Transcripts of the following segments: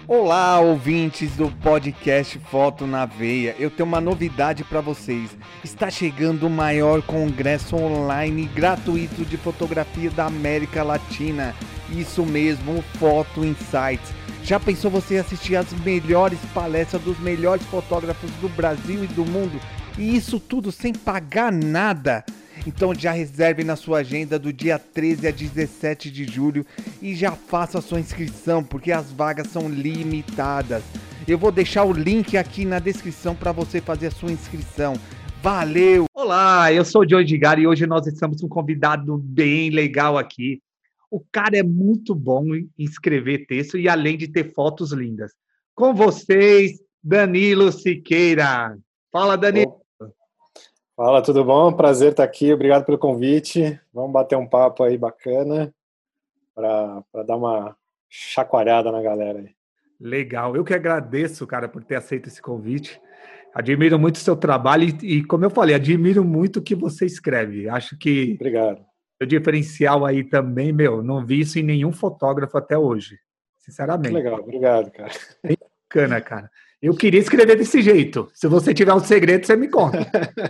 Olá, ouvintes do podcast Foto na Veia. Eu tenho uma novidade para vocês. Está chegando o maior congresso online gratuito de fotografia da América Latina. Isso mesmo, o Foto Insights. Já pensou você assistir às melhores palestras dos melhores fotógrafos do Brasil e do mundo? E isso tudo sem pagar nada? Então já reserve na sua agenda do dia 13 a 17 de julho e já faça a sua inscrição, porque as vagas são limitadas. Eu vou deixar o link aqui na descrição para você fazer a sua inscrição. Valeu! Olá, eu sou o Joe Edgar e hoje nós estamos com um convidado bem legal aqui. O cara é muito bom em escrever texto e além de ter fotos lindas. Com vocês, Danilo Siqueira. Fala, Danilo. Fala, tudo bom? Prazer estar aqui, obrigado pelo convite. Vamos bater um papo aí bacana para dar uma chacoalhada na galera aí. Legal, eu que agradeço, cara, por ter aceito esse convite. Admiro muito o seu trabalho e, como eu falei, admiro muito o que você escreve. Acho que Obrigado. o diferencial aí também, não vi isso em nenhum fotógrafo até hoje, sinceramente. Que legal, obrigado, cara. Bem bacana, cara. Eu queria escrever desse jeito. Se você tiver um segredo, você me conta.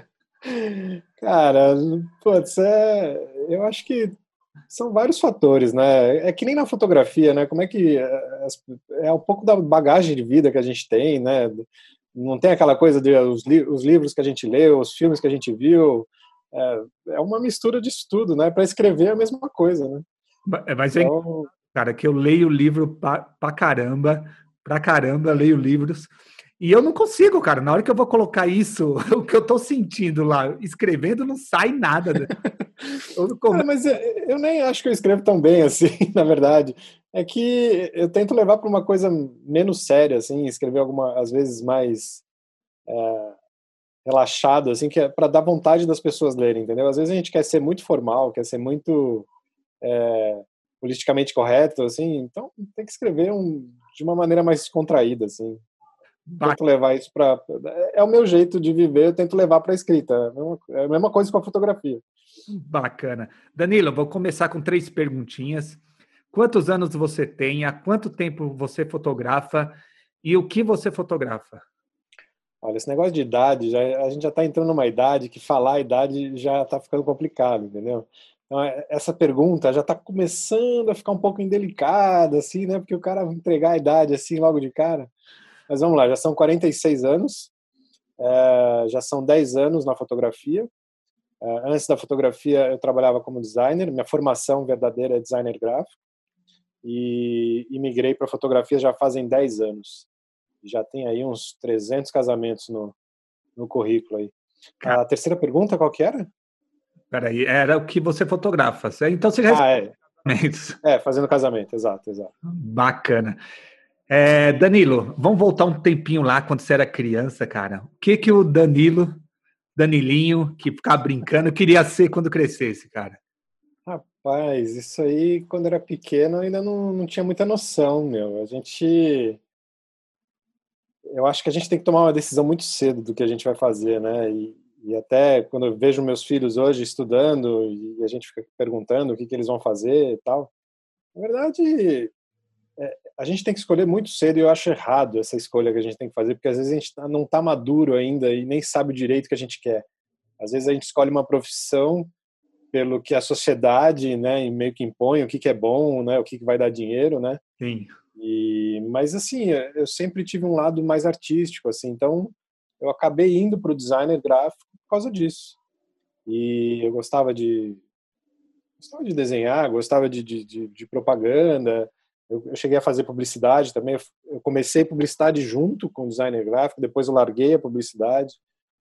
Cara, putz, eu acho que são vários fatores, né? É que nem na fotografia, né? Como é que é um pouco da bagagem de vida que a gente tem, né? Não tem aquela coisa de os livros que a gente leu, os filmes que a gente viu. É uma mistura disso tudo, né? Para escrever é a mesma coisa, né? Mas é, Então, cara, que eu leio livro pra caramba, leio livros. E eu não consigo, cara. Na hora que eu vou colocar isso, o que eu tô sentindo lá, escrevendo, não sai nada. Cara, mas eu nem acho que eu escrevo tão bem assim, na verdade. É que eu tento levar para uma coisa menos séria, assim, escrever às vezes mais relaxado, assim, que é para dar vontade das pessoas lerem, entendeu? Às vezes a gente quer ser muito formal, quer ser muito politicamente correto, assim, então tem que escrever de uma maneira mais descontraída, assim. Tento levar isso para... É o meu jeito de viver, eu tento levar para a escrita. É a mesma coisa com a fotografia. Bacana. Danilo, vou começar com 3 perguntinhas. Quantos anos você tem? Há quanto tempo você fotografa? E o que você fotografa? Olha, esse negócio de idade, a gente já está entrando numa idade que falar a idade já está ficando complicado, entendeu? Então, essa pergunta já está começando a ficar um pouco indelicada, assim, né? Porque o cara vai entregar a idade assim logo de cara. Mas vamos lá, já são 46 anos, já são 10 anos na fotografia. Antes da fotografia, eu trabalhava como designer, minha formação verdadeira é designer gráfico, e migrei para fotografia já fazem 10 anos. Já tem aí uns 300 casamentos no currículo aí. A terceira pergunta, qual que era? Peraí, era o que você fotografa. Então você já fazendo casamento, exato. Bacana. Danilo, vamos voltar um tempinho lá, quando você era criança, cara. O que o Danilinho, que ficava brincando, queria ser quando crescesse, cara? Rapaz, isso aí, quando era pequeno, eu ainda não tinha muita noção, meu. Eu acho que a gente tem que tomar uma decisão muito cedo do que a gente vai fazer, né? E até quando eu vejo meus filhos hoje estudando e a gente fica perguntando o que eles vão fazer e tal, na verdade, a gente tem que escolher muito cedo e eu acho errado essa escolha que a gente tem que fazer, porque às vezes a gente não está maduro ainda e nem sabe direito o que a gente quer. Às vezes a gente escolhe uma profissão pelo que a sociedade, né, meio que impõe, o que é bom, né, o que vai dar dinheiro, né? Sim. Mas assim, eu sempre tive um lado mais artístico, assim, então eu acabei indo para o designer gráfico por causa disso. E eu gostava de desenhar, gostava de propaganda. Eu cheguei a fazer publicidade também. Eu comecei publicidade junto com o designer gráfico, depois eu larguei a publicidade.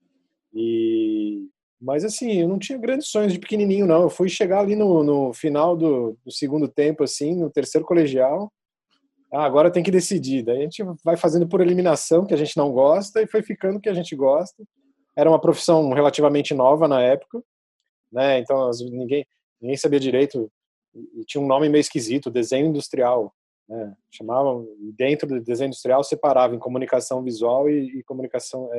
Mas assim, eu não tinha grandes sonhos de pequenininho, não. Eu fui chegar ali no final do segundo tempo, assim, no terceiro colegial. Agora tem que decidir. Daí a gente vai fazendo por eliminação, que a gente não gosta, e foi ficando o que a gente gosta. Era uma profissão relativamente nova na época, né? Então ninguém sabia direito, e tinha um nome meio esquisito, desenho industrial, né? Chamavam, dentro do desenho industrial separava em comunicação visual e comunicação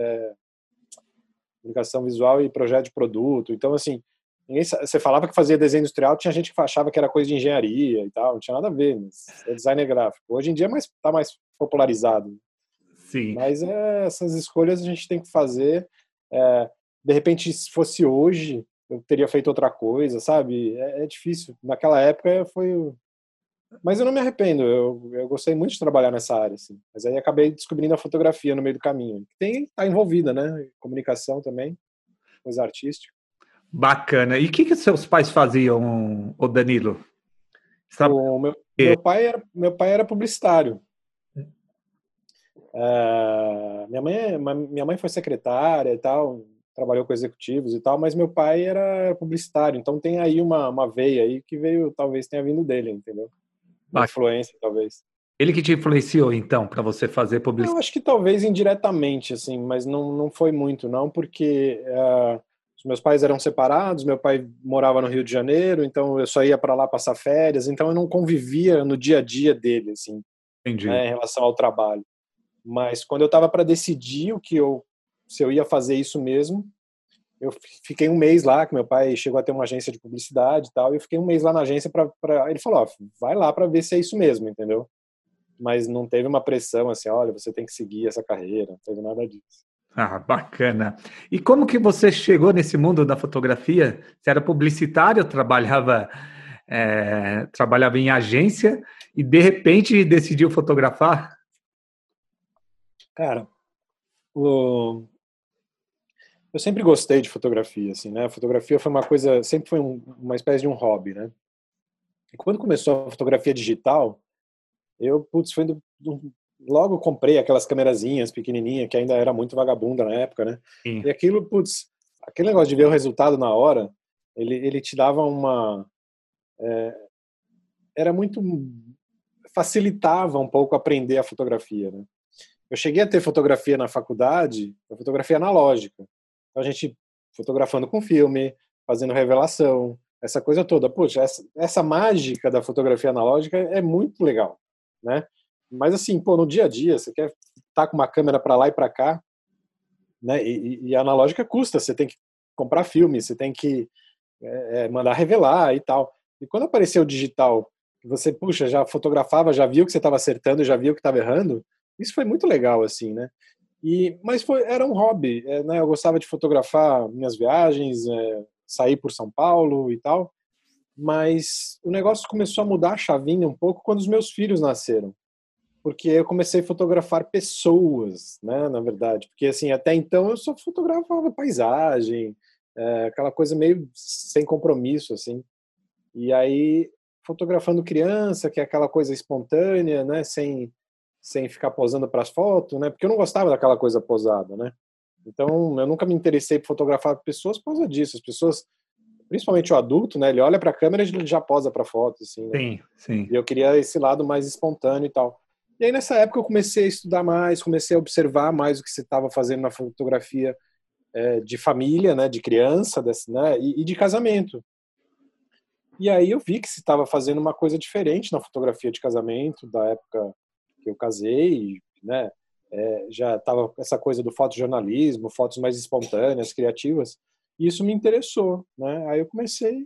visual e projeto de produto. Então assim, você falava que fazia desenho industrial, tinha gente que achava que era coisa de engenharia e tal, não tinha nada a ver, mas é designer gráfico. Hoje em dia tá mais popularizado. Sim. Mas essas escolhas a gente tem que fazer. De repente, se fosse hoje, eu teria feito outra coisa, sabe? É difícil. Naquela época foi. Mas eu não me arrependo. Eu gostei muito de trabalhar nessa área, assim. Mas aí acabei descobrindo a fotografia no meio do caminho. Tá envolvida, né? Comunicação também, coisa artística. Bacana. E o que seus pais faziam, o Danilo? Sabe? Meu pai era publicitário. Minha mãe foi secretária e tal, trabalhou com executivos e tal, mas meu pai era publicitário, então tem aí uma veia aí que veio, talvez tenha vindo dele, entendeu? Uma influência, talvez. Ele que te influenciou, então, para você fazer Eu publicidade? acho que talvez indiretamente, assim, mas não foi muito, não, porque os meus pais eram separados, meu pai morava no Rio de Janeiro, então eu só ia para lá passar férias, então eu não convivia no dia a dia dele, assim, Entendi. né, em relação ao trabalho. Mas quando eu estava para decidir se eu ia fazer isso mesmo, eu fiquei um mês lá, que meu pai chegou a ter uma agência de publicidade e tal, e eu fiquei um mês lá na agência ele falou, ó, vai lá para ver se é isso mesmo, entendeu? Mas não teve uma pressão assim, olha, você tem que seguir essa carreira, não teve nada disso. Ah, bacana. E como que você chegou nesse mundo da fotografia? Você era publicitário, trabalhava em agência e de repente decidiu fotografar? Cara, eu sempre gostei de fotografia, assim, né? A fotografia foi uma coisa, sempre foi uma espécie de um hobby, né? E quando começou a fotografia digital, putz, logo comprei aquelas camerazinhas pequenininhas, que ainda era muito vagabunda na época, né? Sim, E aquilo, putz, aquele negócio de ver o resultado na hora, ele te dava era muito, facilitava um pouco aprender a fotografia, né? Eu cheguei a ter fotografia na faculdade, a fotografia analógica. Então a gente fotografando com filme, fazendo revelação, essa coisa toda. Poxa, essa mágica da fotografia analógica é muito legal, né? Mas assim, pô, no dia a dia, você quer estar com uma câmera para lá e para cá, né? E a analógica custa, você tem que comprar filme, você tem que mandar revelar e tal. E quando apareceu o digital, você, puxa, já fotografava, já viu que você estava acertando, já viu que estava errando, isso foi muito legal, assim, né? Mas era um hobby, né? Eu gostava de fotografar minhas viagens, sair por São Paulo e tal, mas o negócio começou a mudar a chavinha um pouco quando os meus filhos nasceram, porque eu comecei a fotografar pessoas, né? Na verdade, porque assim até então eu só fotografava paisagem, aquela coisa meio sem compromisso, assim. E aí fotografando criança, que é aquela coisa espontânea, né? Sem ficar posando para as fotos, né? Porque eu não gostava daquela coisa posada, né? Então, eu nunca me interessei por fotografar pessoas por causa disso. As pessoas, principalmente o adulto, né? Ele olha para a câmera e ele já posa para foto, assim, né? sim, sim. E eu queria esse lado mais espontâneo e tal. E aí, nessa época, eu comecei a estudar mais, comecei a observar mais o que você estava fazendo na fotografia de família, né? De criança, né? E de casamento. E aí eu vi que se estava fazendo uma coisa diferente na fotografia de casamento, da época que eu casei, né? Já estava essa coisa do fotojornalismo, fotos mais espontâneas, criativas, e isso me interessou, né? Aí eu comecei,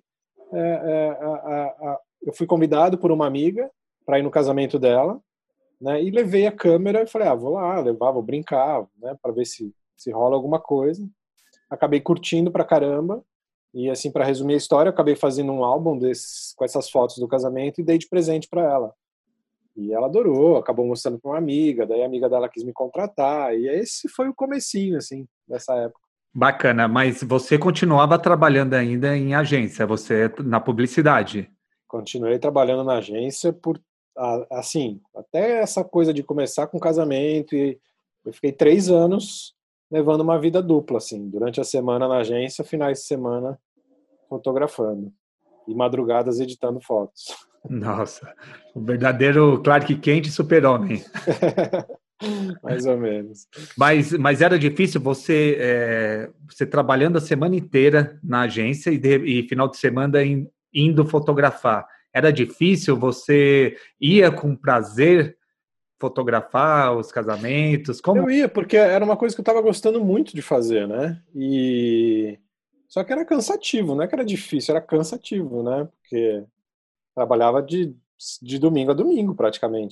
eu fui convidado por uma amiga para ir no casamento dela, né? E levei a câmera e falei, vou lá, vou brincar, né? Para ver se rola alguma coisa. Acabei curtindo pra caramba. E assim, para resumir a história, eu acabei fazendo um álbum com essas fotos do casamento e dei de presente para ela. E ela adorou, acabou mostrando para uma amiga, daí a amiga dela quis me contratar, e esse foi o comecinho, assim, dessa época. Bacana, mas você continuava trabalhando ainda em agência, você na publicidade. Continuei trabalhando na agência assim, até essa coisa de começar com casamento, e eu fiquei 3 anos levando uma vida dupla, assim, durante a semana na agência, finais de semana fotografando, e madrugadas editando fotos. Nossa, o verdadeiro Clark Kent super-homem. Mais ou menos. Mas era difícil você trabalhando a semana inteira na agência e final de semana indo fotografar. Era difícil, você ia com prazer fotografar os casamentos? Como? Eu ia, porque era uma coisa que eu estava gostando muito de fazer, né? Só que era cansativo, não é que era difícil, era cansativo, né? Porque trabalhava de domingo a domingo, praticamente, né?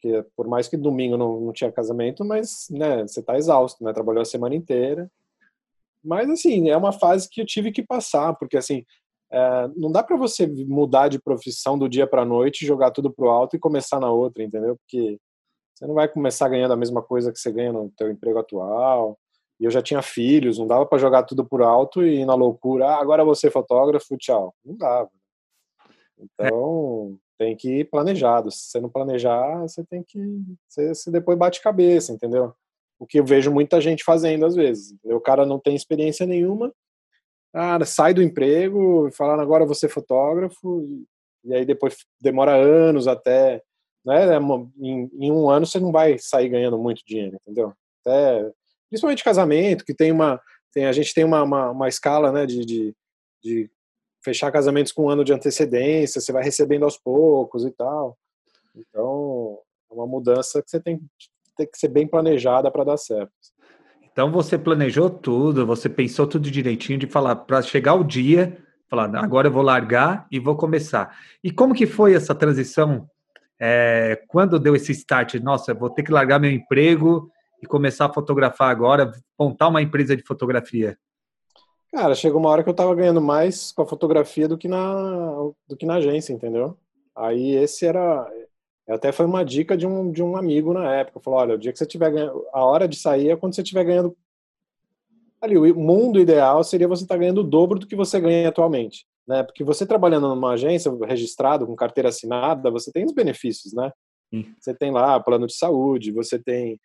Porque por mais que domingo não tinha casamento, mas, né, você tá exausto, né? Trabalhou a semana inteira. Mas, assim, é uma fase que eu tive que passar, porque, assim, não dá para você mudar de profissão do dia para a noite, jogar tudo pro alto e começar na outra, entendeu? Porque você não vai começar ganhando a mesma coisa que você ganha no teu emprego atual. E eu já tinha filhos, não dava para jogar tudo por alto e ir na loucura, agora eu vou ser fotógrafo, tchau. Não dava. Então, tem que ir planejado. Se você não planejar, você tem que. Você depois bate cabeça, entendeu? O que eu vejo muita gente fazendo às vezes. Entendeu? O cara não tem experiência nenhuma, sai do emprego, falando agora eu vou ser fotógrafo, e aí depois demora anos até. Né? Em um ano você não vai sair ganhando muito dinheiro, entendeu? Até, principalmente casamento, que a gente tem uma escala, né, de fechar casamentos com um ano de antecedência, você vai recebendo aos poucos e tal. Então, é uma mudança que você tem que ser bem planejada para dar certo. Então você planejou tudo, você pensou tudo direitinho de falar para chegar o dia, falar agora eu vou largar e vou começar. E como que foi essa transição? Quando deu esse start? Nossa, vou ter que largar meu emprego e começar a fotografar agora, montar uma empresa de fotografia. Cara, chegou uma hora que eu tava ganhando mais com a fotografia do que na agência, entendeu? Aí até foi uma dica de um amigo na época. Falou, olha, o dia que você tiver ganhando, a hora de sair é quando você estiver ganhando. Ali, o mundo ideal seria você estar ganhando o dobro do que você ganha atualmente, né? Porque você trabalhando numa agência registrado, com carteira assinada, você tem os benefícios, né? Sim. Você tem lá plano de saúde, você tem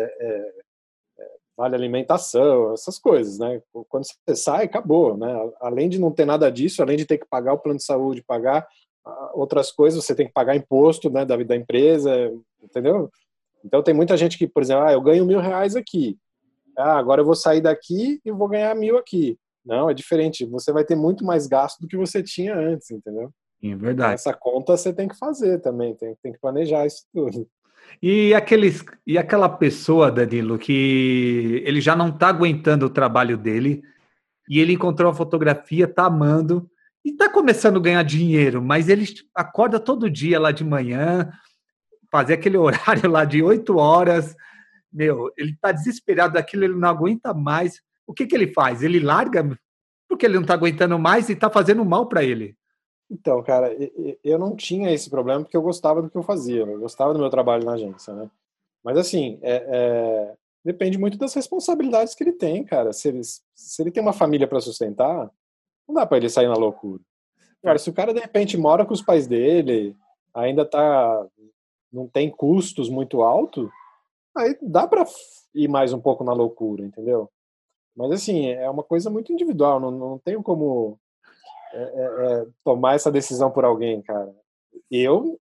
vale alimentação, essas coisas, né? Quando você sai, acabou, né? Além de não ter nada disso, além de ter que pagar o plano de saúde, pagar outras coisas, você tem que pagar imposto, né, da empresa, entendeu? Então tem muita gente que, por exemplo, eu ganho R$1.000 aqui, agora eu vou sair daqui e vou ganhar 1.000 aqui. Não, é diferente, você vai ter muito mais gasto do que você tinha antes, entendeu? Sim, é Então verdade. essa conta você tem que fazer também, tem que planejar isso tudo. E aquela pessoa, Danilo, que ele já não está aguentando o trabalho dele e ele encontrou a fotografia, está amando e está começando a ganhar dinheiro, mas ele acorda todo dia lá de manhã, fazer aquele horário lá de 8 horas, ele está desesperado daquilo, ele não aguenta mais. O que ele faz? Ele larga porque ele não está aguentando mais e está fazendo mal para ele. Então, cara, eu não tinha esse problema porque eu gostava do que eu fazia, eu gostava do meu trabalho na agência, né? Mas assim, depende muito das responsabilidades que ele tem, cara. Se ele tem uma família para sustentar, não dá para ele sair na loucura. Agora, se o cara de repente mora com os pais dele, ainda não tem custos muito altos, aí dá para ir mais um pouco na loucura, entendeu? Mas assim, é uma coisa muito individual, não tenho como tomar essa decisão por alguém, cara. Eu,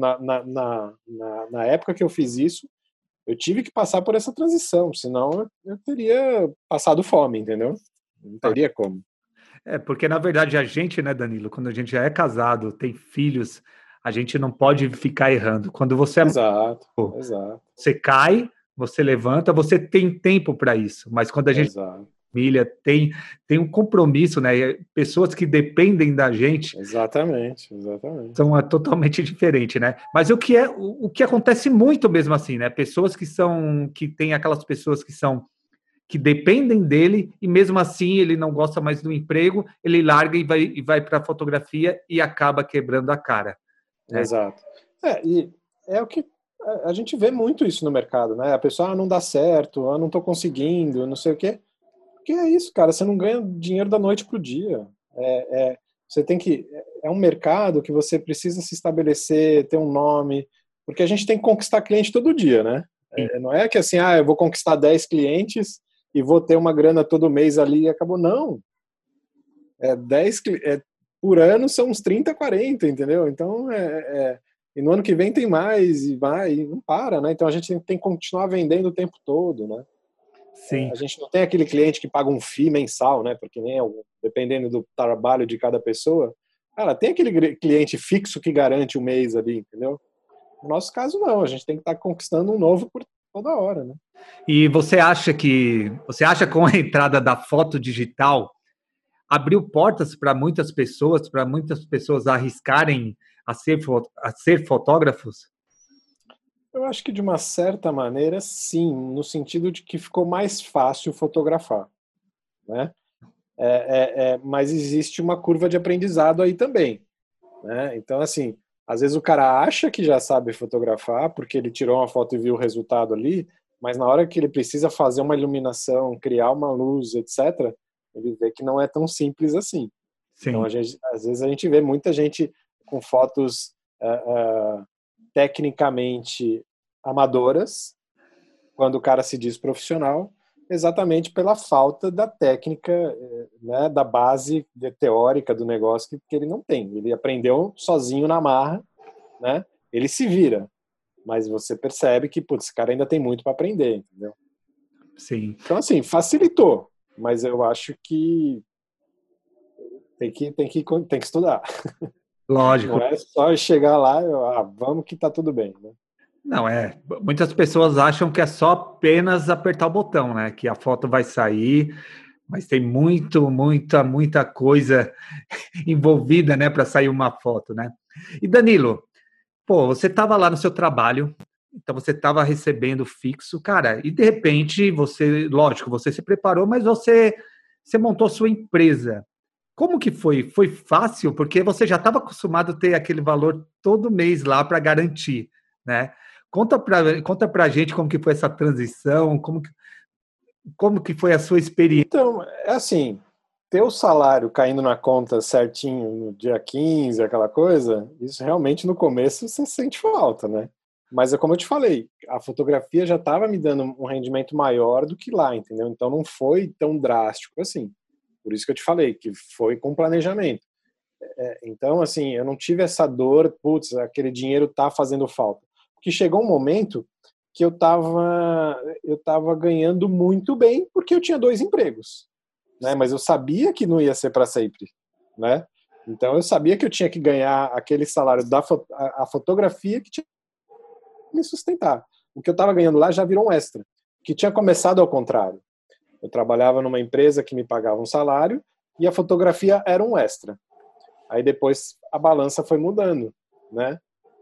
na época que eu fiz isso, eu tive que passar por essa transição, senão eu teria passado fome, entendeu? Não teria como. Porque na verdade a gente, né, Danilo, quando a gente já é casado, tem filhos, a gente não pode ficar errando. Quando você Exato. você cai, você levanta, você tem tempo para isso. Mas quando a gente família tem um compromisso, né? Pessoas que dependem da gente. Exatamente. São totalmente diferente, né? Mas o que acontece muito mesmo assim, né? Pessoas que tem aquelas pessoas que dependem dele e mesmo assim ele não gosta mais do emprego, ele larga e vai para a fotografia e acaba quebrando a cara. Né? Exato. E é o que a gente vê muito isso no mercado, né? A pessoa não dá certo, não estou conseguindo, não sei o quê. Porque é isso, cara, você não ganha dinheiro da noite pro dia. Você tem que. É um mercado que você precisa se estabelecer, ter um nome, porque a gente tem que conquistar cliente todo dia, né? Não é que assim, eu vou conquistar 10 clientes e vou ter uma grana todo mês ali e acabou. Não. 10 por ano são uns 30, 40, entendeu? Então, e no ano que vem tem mais e vai, e não para, né? Então a gente tem que continuar vendendo o tempo todo, né? Sim. A gente não tem aquele cliente que paga um FII mensal, né? Porque nem dependendo do trabalho de cada pessoa, cara, tem aquele cliente fixo que garante o mês ali, entendeu? No nosso caso, não. A gente tem que estar conquistando um novo por toda hora, né? E você acha com a entrada da foto digital abriu portas para muitas pessoas arriscarem a ser fotógrafos? Eu acho que de uma certa maneira, sim, no sentido de que ficou mais fácil fotografar, né? Mas existe uma curva de aprendizado aí também, né? Então, assim, às vezes o cara acha que já sabe fotografar porque ele tirou uma foto e viu o resultado ali, mas na hora que ele precisa fazer uma iluminação, criar uma luz, etc., ele vê que não é tão simples assim. Então, Sim. às vezes a gente vê muita gente com fotos tecnicamente amadoras, quando o cara se diz profissional, exatamente pela falta da técnica, né, da base teórica do negócio que ele não tem. Ele aprendeu sozinho na marra, né? Ele se vira, mas você percebe que, putz, esse cara ainda tem muito para aprender, entendeu? Sim. Então, assim, facilitou, mas eu acho que tem que estudar. Não Lógico. é só chegar lá e, vamos que tá tudo bem, né? Não, muitas pessoas acham que é só apenas apertar o botão, né? Que a foto vai sair, mas tem muita coisa envolvida, né, para sair uma foto, né? E Danilo, pô, você estava lá no seu trabalho, então você estava recebendo fixo, cara, e de repente você, lógico, você se preparou, mas você montou sua empresa. Como que foi? Foi fácil? Porque você já estava acostumado a ter aquele valor todo mês lá para garantir, né? Conta pra gente como que foi essa transição, como que foi a sua experiência. Então, é assim, ter o salário caindo na conta certinho no dia 15, aquela coisa, isso realmente no começo você sente falta, né? Mas é como eu te falei, a fotografia já estava me dando um rendimento maior do que lá, entendeu? Então não foi tão drástico assim. Por isso que eu te falei, que foi com planejamento. Então, assim, eu não tive essa dor, putz, aquele dinheiro tá fazendo falta. Porque chegou um momento que eu tava ganhando muito bem porque eu tinha 2 empregos, né? Mas eu sabia que não ia ser para sempre, né? Então eu sabia que eu tinha que ganhar aquele salário a fotografia que tinha que me sustentar. O que eu estava ganhando lá já virou um extra, que tinha começado ao contrário. Eu trabalhava numa empresa que me pagava um salário e a fotografia era um extra. Aí depois a balança foi mudando, né?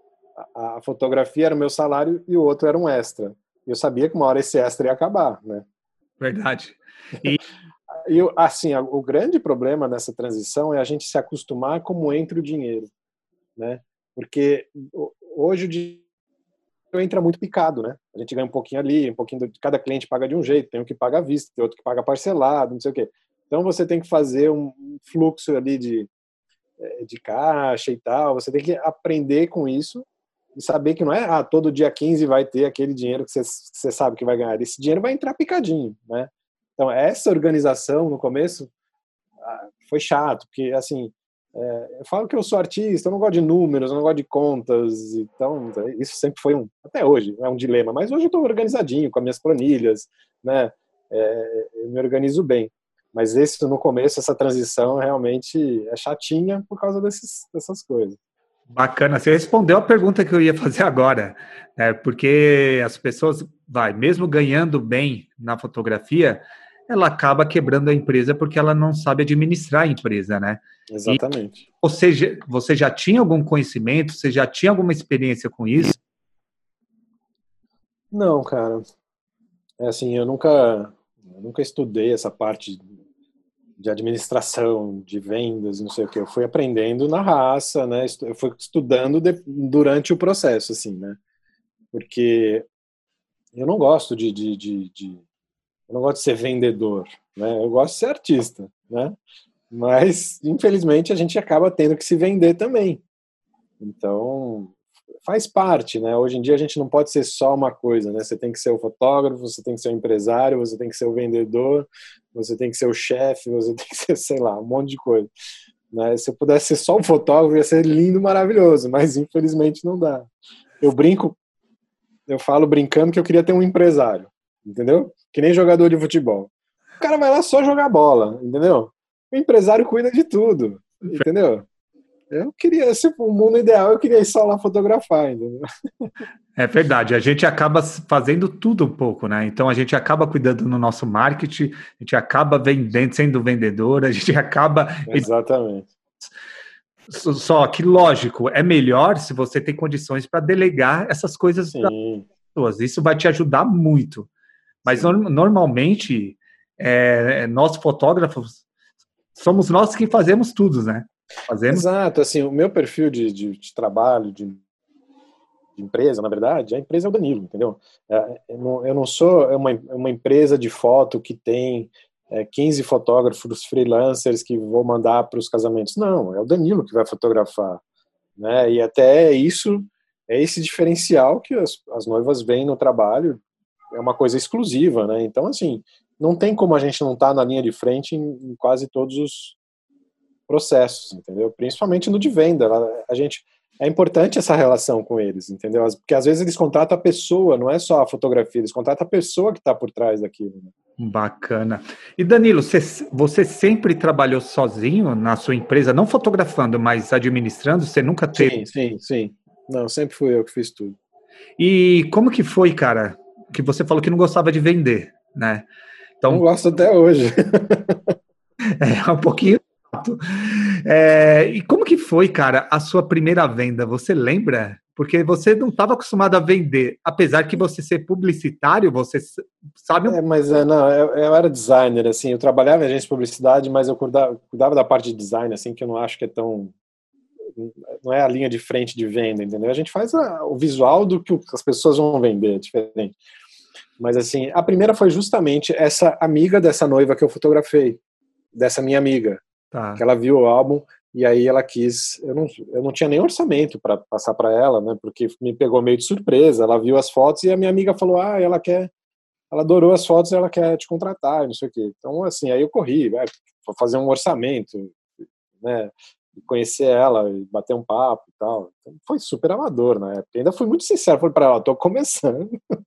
A fotografia era o meu salário e o outro era um extra. Eu sabia que uma hora esse extra ia acabar, né? Verdade. E E assim, o grande problema nessa transição é a gente se acostumar como entra o dinheiro, né? Porque hoje o dinheiro entra muito picado, né? A gente ganha um pouquinho ali, um pouquinho de cada cliente paga de um jeito, tem um que paga à vista, tem outro que paga parcelado, não sei o quê. Então você tem que fazer um fluxo ali de caixa e tal, você tem que aprender com isso e saber que não é, todo dia 15 vai ter aquele dinheiro que você sabe que vai ganhar. Esse dinheiro vai entrar picadinho, né? Então, essa organização no começo foi chato, porque, assim, eu falo que eu sou artista, eu não gosto de números, eu não gosto de contas, então isso sempre foi até hoje, é um dilema, mas hoje eu estou organizadinho com as minhas planilhas, né? Eu me organizo bem. Mas no começo, essa transição realmente é chatinha por causa dessas coisas. bacana, você respondeu a pergunta que eu ia fazer agora, né? Porque as pessoas, mesmo ganhando bem na fotografia, ela acaba quebrando a empresa porque ela não sabe administrar a empresa, né? E Exatamente. você já tinha algum conhecimento, você já tinha alguma experiência com isso? Não, cara. É assim, eu nunca estudei essa parte de administração, de vendas, não sei o que. Eu fui aprendendo na raça, né? Eu fui estudando durante o processo, assim, né? Porque eu não gosto eu não gosto de ser vendedor, né? Eu gosto de ser artista, né? Mas, infelizmente, a gente acaba tendo que se vender também. Então, faz parte, né? Hoje em dia a gente não pode ser só uma coisa, né? Você tem que ser o fotógrafo, você tem que ser o empresário, você tem que ser o vendedor, você tem que ser o chefe, você tem que ser, sei lá, um monte de coisa, né? Se eu pudesse ser só um fotógrafo, ia ser lindo, maravilhoso, mas infelizmente não dá. Eu brinco, eu falo brincando que eu queria ter um empresário, entendeu? Que nem jogador de futebol. O cara vai lá só jogar bola, entendeu? O empresário cuida de tudo, entendeu? Eu queria, se o mundo ideal, eu queria ir só lá fotografar, entendeu? É verdade, a gente acaba fazendo tudo um pouco, né? Então a gente acaba cuidando do nosso marketing, a gente acaba vendendo, sendo vendedor, a gente acaba. Exatamente. Só que, lógico, é melhor se você tem condições para delegar essas coisas para Sim, pessoas. Isso vai te ajudar muito. Mas sim. normalmente, nós fotógrafos, somos nós que fazemos tudo, né? Fazemos. Exato, assim, o meu perfil de trabalho, de empresa, na verdade, a empresa é o Danilo, entendeu? Eu não sou uma empresa de foto que tem 15 fotógrafos freelancers que vou mandar para os casamentos. Não, é o Danilo que vai fotografar, né? E até isso, é esse diferencial que as noivas veem no trabalho, é uma coisa exclusiva, né? Então, assim, não tem como a gente não estar na linha de frente em quase todos os processos, entendeu? Principalmente no de venda. A gente é importante essa relação com eles, entendeu? Porque às vezes eles contratam a pessoa, não é só a fotografia, eles contratam a pessoa que está por trás daquilo. Né? Bacana. E Danilo, você sempre trabalhou sozinho na sua empresa, não fotografando, mas administrando? Você nunca teve? Sim. Não, sempre fui eu que fiz tudo. E como que foi, cara? Que você falou que não gostava de vender, né? Não Então, gosto até hoje. é um pouquinho. E como que foi, cara, a sua primeira venda? Você lembra? Porque você não estava acostumado a vender, apesar que você ser publicitário, você sabe. Mas não, eu era designer, assim, eu trabalhava em agência de publicidade, mas eu cuidava da parte de design, assim, que eu não acho que é tão, não é a linha de frente de venda, entendeu? A gente faz o visual do que as pessoas vão vender, é diferente. Mas assim, a primeira foi justamente essa amiga dessa noiva que eu fotografei, dessa minha amiga, Tá. que ela viu o álbum e aí ela quis, eu não tinha nem orçamento para passar para ela, né? Porque me pegou meio de surpresa. Ela viu as fotos e a minha amiga falou: ela adorou as fotos, e ela quer te contratar, não sei o quê. Então assim, aí eu corri, vou fazer um orçamento, né? Conhecer ela e bater um papo e tal. Então, foi super amador na época. Ainda fui muito sincero, falei para ela: tô começando.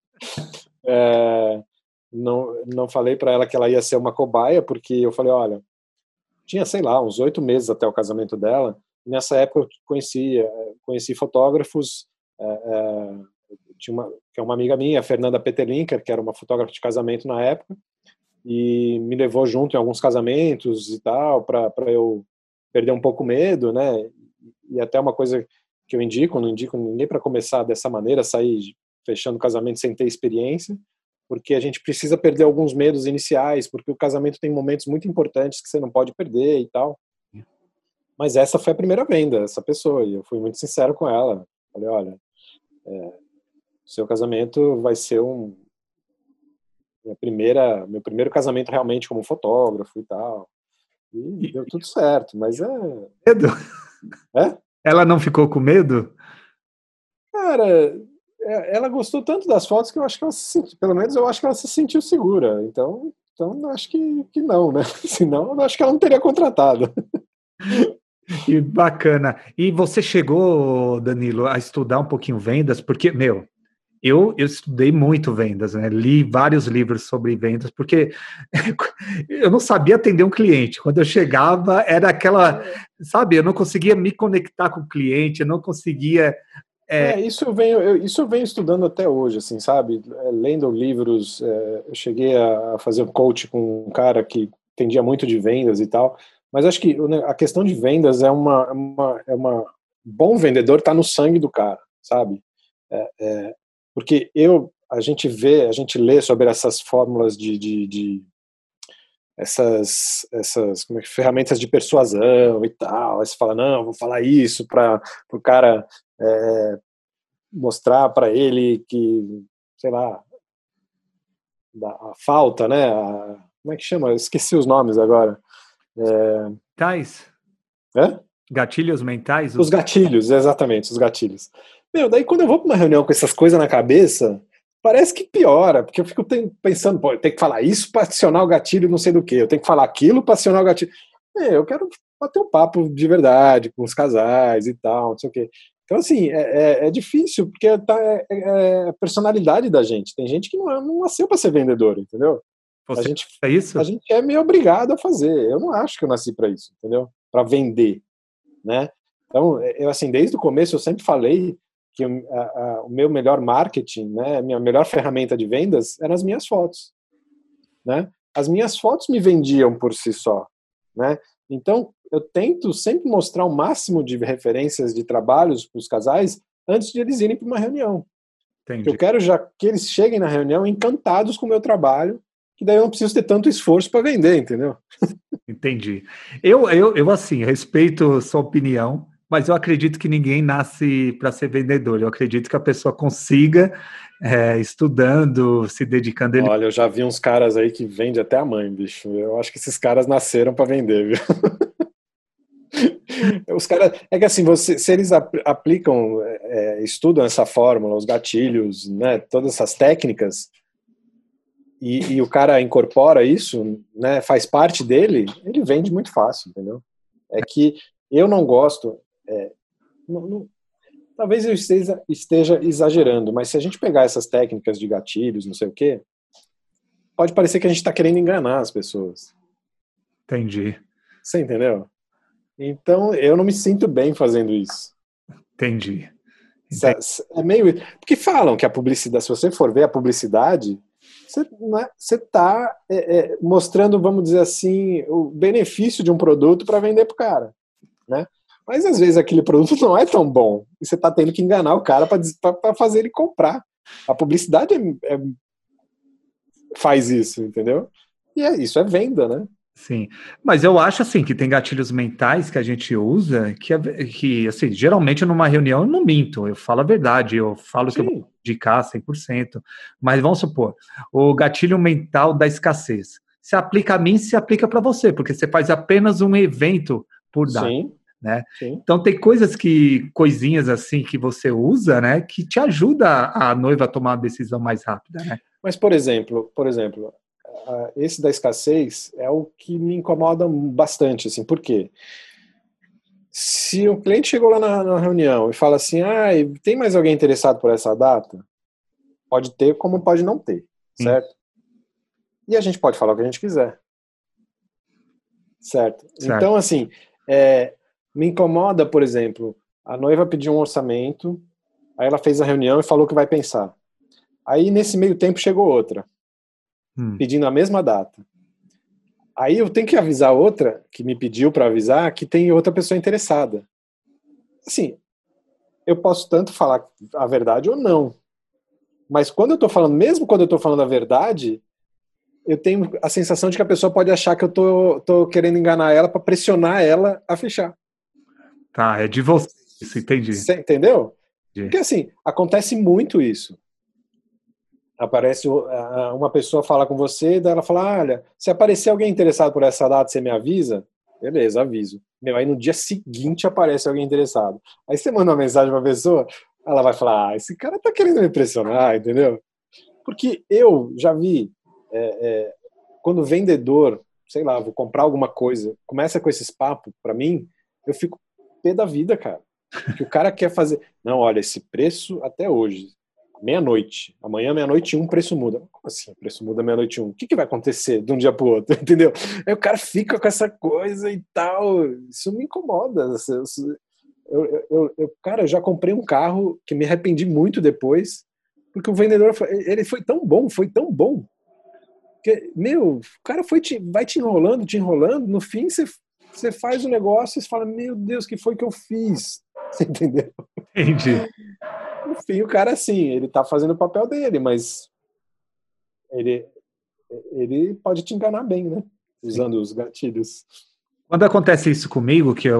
Não falei para ela que ela ia ser uma cobaia, porque eu falei: olha, tinha, sei lá, uns 8 meses até o casamento dela. E nessa época eu conheci fotógrafos. Tinha que é uma amiga minha, a Fernanda Petelinker, que era uma fotógrafa de casamento na época, e me levou junto em alguns casamentos e tal, para eu perder um pouco o medo, né? E até uma coisa que eu não indico ninguém para começar dessa maneira, sair fechando casamento sem ter experiência, porque a gente precisa perder alguns medos iniciais, porque o casamento tem momentos muito importantes que você não pode perder e tal. Mas essa foi a primeira venda, essa pessoa, e eu fui muito sincero com ela. Falei: olha, seu casamento vai ser meu primeiro casamento realmente como fotógrafo e tal. E deu tudo certo, mas Medo? É? Ela não ficou com medo? Cara, ela gostou tanto das fotos que eu acho que ela se sentiu, pelo menos eu acho que ela se sentiu segura. Então acho que não, né? Senão eu acho que ela não teria contratado. E bacana. E você chegou, Danilo, a estudar um pouquinho vendas? Porque, eu estudei muito vendas, né? Li vários livros sobre vendas, porque eu não sabia atender um cliente. Quando eu chegava, era aquela, sabe, eu não conseguia me conectar com o cliente, eu não conseguia. Isso eu venho estudando até hoje, assim, sabe? Lendo livros, eu cheguei a fazer um coach com um cara que entendia muito de vendas e tal, mas acho que a questão de vendas bom vendedor está no sangue do cara, sabe? Porque a gente lê sobre essas fórmulas essas ferramentas de persuasão e tal, aí você fala: não, vou falar isso para o cara mostrar para ele que, sei lá, a falta, né? Como é que chama? Eu esqueci os nomes agora. Mentais? É? Gatilhos mentais? Os gatilhos, exatamente, os gatilhos. Daí quando eu vou para uma reunião com essas coisas na cabeça, parece que piora, porque eu fico pensando: pô, eu tenho que falar isso para acionar o gatilho não sei do que, eu tenho que falar aquilo para acionar o gatilho. Eu quero bater um papo de verdade com os casais e tal, não sei o quê. Então, assim, é difícil, porque é a personalidade da gente. Tem gente que não nasceu para ser vendedor, entendeu? Você é isso? A gente é meio obrigado a fazer. Eu não acho que eu nasci para isso, entendeu? Para vender, né? Então, eu, assim, desde o começo eu sempre falei que o meu melhor marketing, né, a minha melhor ferramenta de vendas eram as minhas fotos, né? As minhas fotos me vendiam por si só, né? Então, eu tento sempre mostrar o máximo de referências de trabalhos para os casais antes de eles irem para uma reunião. Porque eu quero já que eles cheguem na reunião encantados com o meu trabalho, que daí eu não preciso ter tanto esforço para vender, entendeu? Entendi. Eu assim, respeito sua opinião, mas eu acredito que ninguém nasce para ser vendedor. Eu acredito que a pessoa consiga, estudando, se dedicando. Olha, eu já vi uns caras aí que vendem até a mãe, bicho. Eu acho que esses caras nasceram para vender, viu? Os caras, é que assim, se eles aplicam, estudam essa fórmula, os gatilhos, né, todas essas técnicas, e o cara incorpora isso, né, faz parte dele, ele vende muito fácil, entendeu? É que eu não gosto, talvez eu esteja exagerando, mas se a gente pegar essas técnicas de gatilhos, não sei o quê, pode parecer que a gente está querendo enganar as pessoas. Entendi. Você entendeu? Então, eu não me sinto bem fazendo isso. Entendi. É meio... Porque falam que a publicidade, se você for ver a publicidade, você está mostrando, vamos dizer assim, o benefício de um produto para vender para o cara, né? Mas às vezes aquele produto não é tão bom e você está tendo que enganar o cara para fazer ele comprar. A publicidade faz isso, entendeu? E isso é venda, né? Sim, mas eu acho assim que tem gatilhos mentais que a gente usa que assim, geralmente numa reunião eu não minto, eu falo a verdade, eu falo que eu vou indicar 100%, mas vamos supor, o gatilho mental da escassez. Se aplica a mim, se aplica para você, porque você faz apenas um evento por data, né? Sim. Então tem coisinhas assim que você usa, né, que te ajuda a noiva a tomar uma decisão mais rápida, né? Mas por exemplo, esse da escassez é o que me incomoda bastante, assim, por quê? Se o cliente chegou lá na reunião e fala assim, tem mais alguém interessado por essa data? Pode ter, como pode não ter, certo? E a gente pode falar o que a gente quiser, certo? Então, assim, me incomoda, por exemplo, a noiva pediu um orçamento, aí ela fez a reunião e falou que vai pensar. Aí, nesse meio tempo, chegou outra, pedindo a mesma data. Aí eu tenho que avisar outra, que me pediu para avisar, que tem outra pessoa interessada. Assim, eu posso tanto falar a verdade ou não. Mas mesmo quando eu tô falando a verdade, eu tenho a sensação de que a pessoa pode achar que eu tô querendo enganar ela para pressionar ela a fechar. Tá, é de você, isso, entendi. Você entendeu? Porque assim, acontece muito isso. Aparece uma pessoa fala com você, daí ela fala, olha, se aparecer alguém interessado por essa data, você me avisa? Beleza, aviso. Aí no dia seguinte aparece alguém interessado. Aí você manda uma mensagem pra pessoa, ela vai falar, esse cara tá querendo me impressionar, entendeu? Porque eu já vi, quando o vendedor, sei lá, vou comprar alguma coisa, começa com esses papos pra mim, eu fico pé da vida, cara. Que o cara quer fazer, não, olha, esse preço até hoje, meia-noite. Amanhã, meia-noite e um, preço muda. Como assim, o preço muda meia-noite e um? O que vai acontecer de um dia pro outro, entendeu? Aí o cara fica com essa coisa e tal. Isso me incomoda. Cara, eu já comprei um carro que me arrependi muito depois, porque o vendedor, ele foi tão bom, que, o cara vai te enrolando, no fim você faz o negócio e você fala, meu Deus, que foi que eu fiz? Você entendeu? Entendi. No fim, o cara, assim, ele tá fazendo o papel dele, mas ele pode te enganar bem, né? Usando os gatilhos. Quando acontece isso comigo, que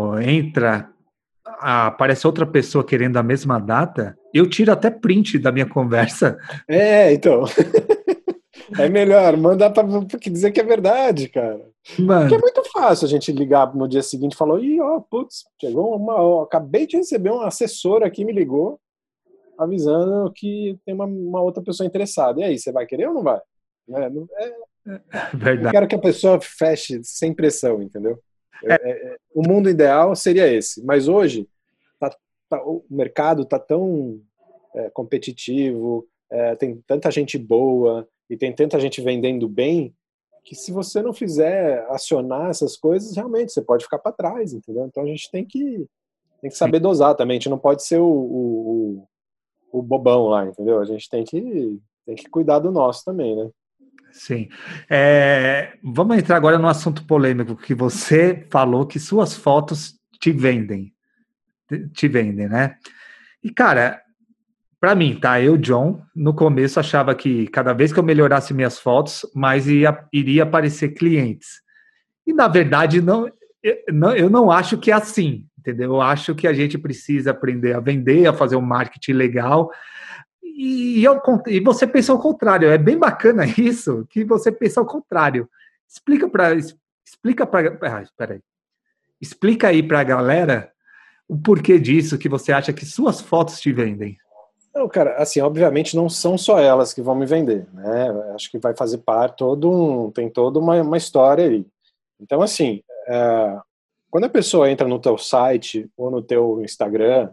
aparece outra pessoa querendo a mesma data, eu tiro até print da minha conversa. Então. É melhor, manda pra dizer que é verdade, cara. Porque é muito fácil a gente ligar no dia seguinte e falar, putz, chegou acabei de receber uma assessora aqui, me ligou, avisando que tem uma outra pessoa interessada. E aí, você vai querer ou não vai? Verdade. Eu quero que a pessoa feche sem pressão, entendeu? O mundo ideal seria esse. Mas hoje, o mercado está tão competitivo, tem tanta gente boa e tem tanta gente vendendo bem, que se você não fizer acionar essas coisas, realmente você pode ficar para trás, entendeu? Então a gente tem que saber dosar também. A gente não pode ser o bobão lá, entendeu? A gente tem que cuidar do nosso também, né? Sim. Vamos entrar agora no assunto polêmico que você falou que suas fotos te vendem, né? E, cara, para mim, tá? Eu, John, no começo achava que cada vez que eu melhorasse minhas fotos, mais iria aparecer clientes. E, na verdade, eu não acho que é assim, entendeu? Eu acho que a gente precisa aprender a vender, a fazer um marketing legal. E você pensa ao contrário. É bem bacana isso, que você pensa ao contrário. Espera aí. Explica aí para a galera o porquê disso, que você acha que suas fotos te vendem. Não, cara, assim, obviamente não são só elas que vão me vender, né? Acho que vai fazer parte tem toda uma história aí. Então, assim, quando a pessoa entra no teu site ou no teu Instagram,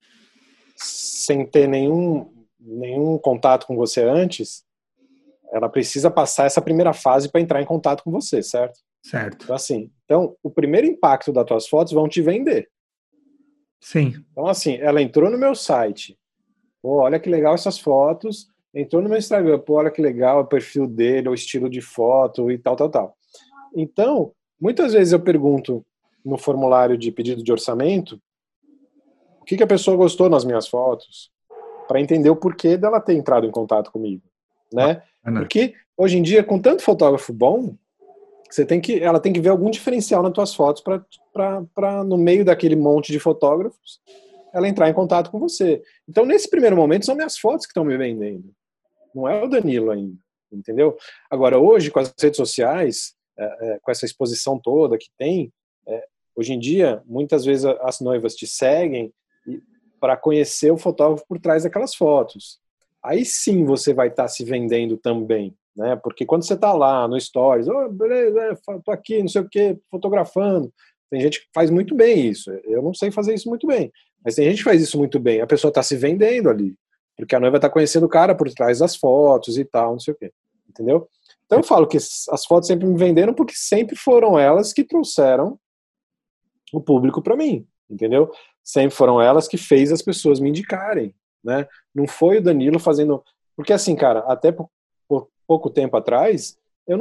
sem ter nenhum contato com você antes, ela precisa passar essa primeira fase para entrar em contato com você, certo? Certo. Então, assim, o primeiro impacto das tuas fotos vão te vender. Sim. Então, assim, ela entrou no meu site, pô, olha que legal essas fotos, entrou no meu Instagram, pô, olha que legal o perfil dele, o estilo de foto e tal, tal, tal. Então, muitas vezes eu pergunto no formulário de pedido de orçamento o que a pessoa gostou nas minhas fotos, para entender o porquê dela ter entrado em contato comigo, né? Porque hoje em dia, com tanto fotógrafo bom, ela tem que ver algum diferencial nas tuas fotos para no meio daquele monte de fotógrafos ela entrar em contato com você. Então, nesse primeiro momento, são minhas fotos que estão me vendendo. Não é o Danilo ainda, entendeu? Agora, hoje, com as redes sociais, com essa exposição toda que tem, hoje em dia, muitas vezes as noivas te seguem para conhecer o fotógrafo por trás daquelas fotos. Aí sim você vai estar se vendendo também, né? Porque quando você está lá no Stories, beleza, tô aqui, não sei o que, fotografando, tem gente que faz muito bem isso. Eu não sei fazer isso muito bem, mas tem gente que faz isso muito bem. A pessoa está se vendendo ali, porque a noiva está conhecendo o cara por trás das fotos e tal, não sei o quê, entendeu? Então eu falo que as fotos sempre me venderam porque sempre foram elas que trouxeram o público para mim, entendeu? Sempre foram elas que fez as pessoas me indicarem, né? Não foi o Danilo fazendo... Porque assim, cara, até por pouco tempo atrás, eu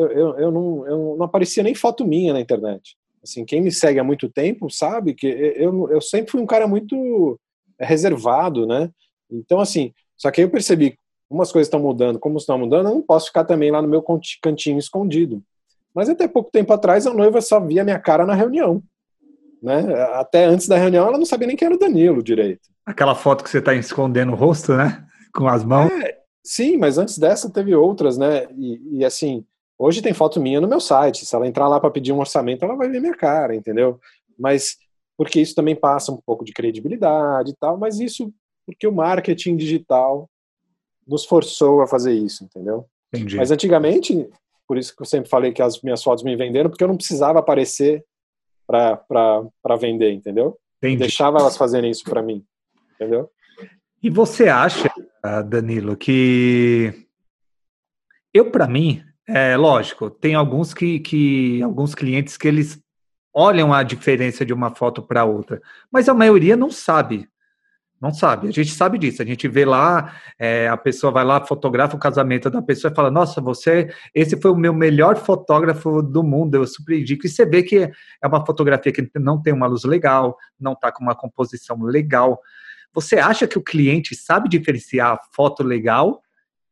não aparecia nem foto minha na internet. Assim, quem me segue há muito tempo sabe que eu sempre fui um cara muito reservado, né? Então, assim, só que aí eu percebi como as coisas estão mudando, como estão mudando, eu não posso ficar também lá no meu cantinho escondido. Mas até pouco tempo atrás, a noiva só via minha cara na reunião, né? Até antes da reunião, ela não sabia nem quem era o Danilo direito. Aquela foto que você está escondendo o rosto, né? Com as mãos. Sim, mas antes dessa teve outras, né? E assim, hoje tem foto minha no meu site. Se ela entrar lá para pedir um orçamento, ela vai ver minha cara, entendeu? Mas porque isso também passa um pouco de credibilidade e tal, mas isso porque o marketing digital nos forçou a fazer isso, entendeu? Entendi. Mas antigamente, por isso que eu sempre falei que as minhas fotos me venderam, porque eu não precisava aparecer para vender, entendeu? Eu deixava elas fazerem isso para mim, entendeu? E você acha, Danilo, que para mim, lógico, tem alguns alguns clientes que eles olham a diferença de uma foto para outra, mas a maioria não sabe. Não sabe, a gente sabe disso, a gente vê lá, a pessoa vai lá, fotografa o casamento da pessoa e fala, nossa, esse foi o meu melhor fotógrafo do mundo, eu super indico. E você vê que é uma fotografia que não tem uma luz legal, não está com uma composição legal. Você acha que o cliente sabe diferenciar a foto legal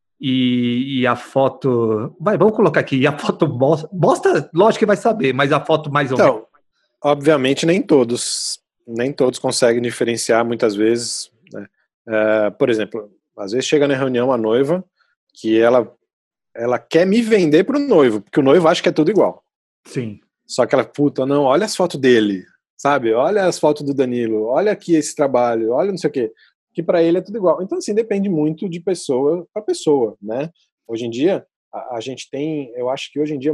e a foto... vamos colocar aqui, e a foto bosta, lógico que vai saber, mas a foto mais ou menos... Então, obviamente nem todos conseguem diferenciar muitas vezes, né? Por exemplo, às vezes chega na reunião a noiva que ela quer me vender pro noivo, porque o noivo acha que é tudo igual. Sim. Só que ela, puta, não, olha as fotos dele, sabe? Olha as fotos do Danilo, olha aqui esse trabalho, olha não sei o quê. Que para ele é tudo igual. Então, assim, depende muito de pessoa para pessoa, né? Hoje em dia, a gente tem, eu acho que hoje em dia,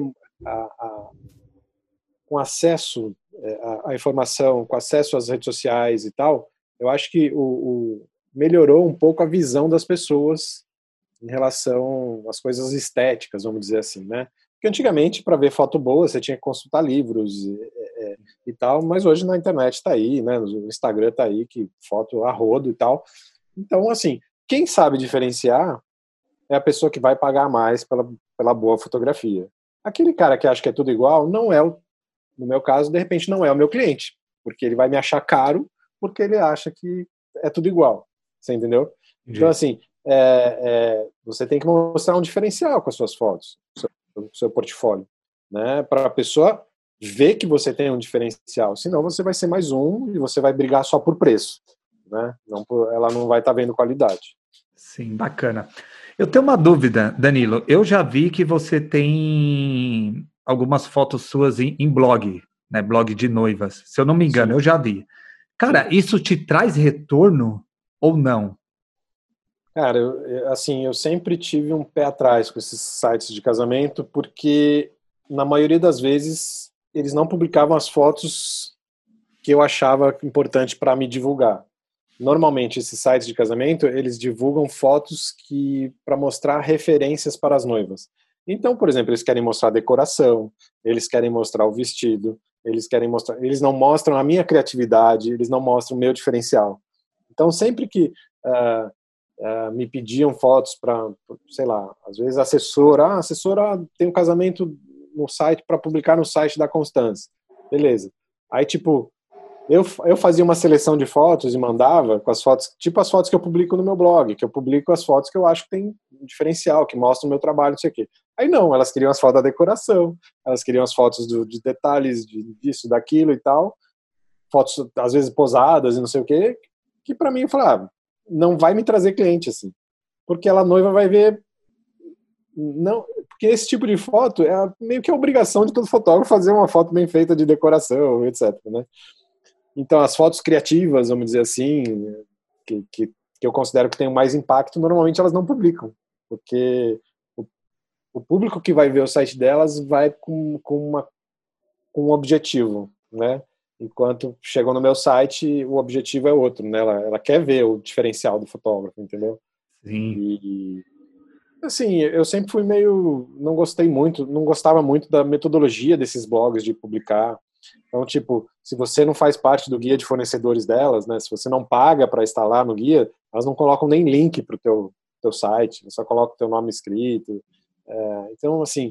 com acesso à informação, com acesso às redes sociais e tal, eu acho que melhorou um pouco a visão das pessoas em relação às coisas estéticas, vamos dizer assim, né? Porque antigamente, para ver foto boa, você tinha que consultar livros e tal, mas hoje na internet está aí, né? No Instagram está aí, que foto a rodo e tal. Então, assim, quem sabe diferenciar é a pessoa que vai pagar mais pela boa fotografia. Aquele cara que acha que é tudo igual, não é no meu caso, de repente não é o meu cliente, porque ele vai me achar caro porque ele acha que é tudo igual. Você entendeu? Então, Entendi. assim, você tem que mostrar um diferencial com as suas fotos, o seu portfólio, né? Para a pessoa ver que você tem um diferencial. Senão você vai ser mais um e você vai brigar só por preço, né? Ela não vai estar vendo qualidade. Sim, bacana. Eu tenho uma dúvida, Danilo. Eu já vi que você tem algumas fotos suas em blog, né? Blog de noivas. Se eu não me engano, Sim, eu já vi. Cara, sim. isso te traz retorno ou não? Cara, assim, eu sempre tive um pé atrás com esses sites de casamento, porque na maioria das vezes eles não publicavam as fotos que eu achava importante para me divulgar. Normalmente esses sites de casamento, eles divulgam fotos que para mostrar referências para as noivas. Então, por exemplo, eles querem mostrar a decoração, eles querem mostrar o vestido, eles não mostram a minha criatividade, eles não mostram o meu diferencial. Então, sempre que me pediam fotos para, sei lá, às vezes a assessora tem um casamento no site para publicar no site da Constância. Beleza. Aí, tipo, eu fazia uma seleção de fotos e mandava com as fotos, tipo as fotos que eu publico no meu blog, que eu publico as fotos que eu acho que tem um diferencial, que mostram o meu trabalho, não sei o quê. Aí não, elas queriam as fotos da decoração, elas queriam as fotos de detalhes, disso, daquilo e tal, fotos às vezes posadas e não sei o quê, que para mim eu falava, não vai me trazer cliente assim, porque ela noiva vai ver, não, porque esse tipo de foto é meio que a obrigação de todo fotógrafo fazer uma foto bem feita de decoração, etc, né? Então, as fotos criativas, vamos dizer assim, que eu considero que tem mais impacto, normalmente elas não publicam, porque o público que vai ver o site delas vai com um objetivo, né? Enquanto chegou no meu site, o objetivo é outro, né? Ela quer ver o diferencial do fotógrafo, entendeu? Sim. E assim, eu sempre fui meio, não gostava muito da metodologia desses blogs de publicar. Então, tipo, se você não faz parte do guia de fornecedores delas, né? Se você não paga para estar lá no guia, elas não colocam nem link para o teu site, só colocam o teu nome escrito. Então, assim,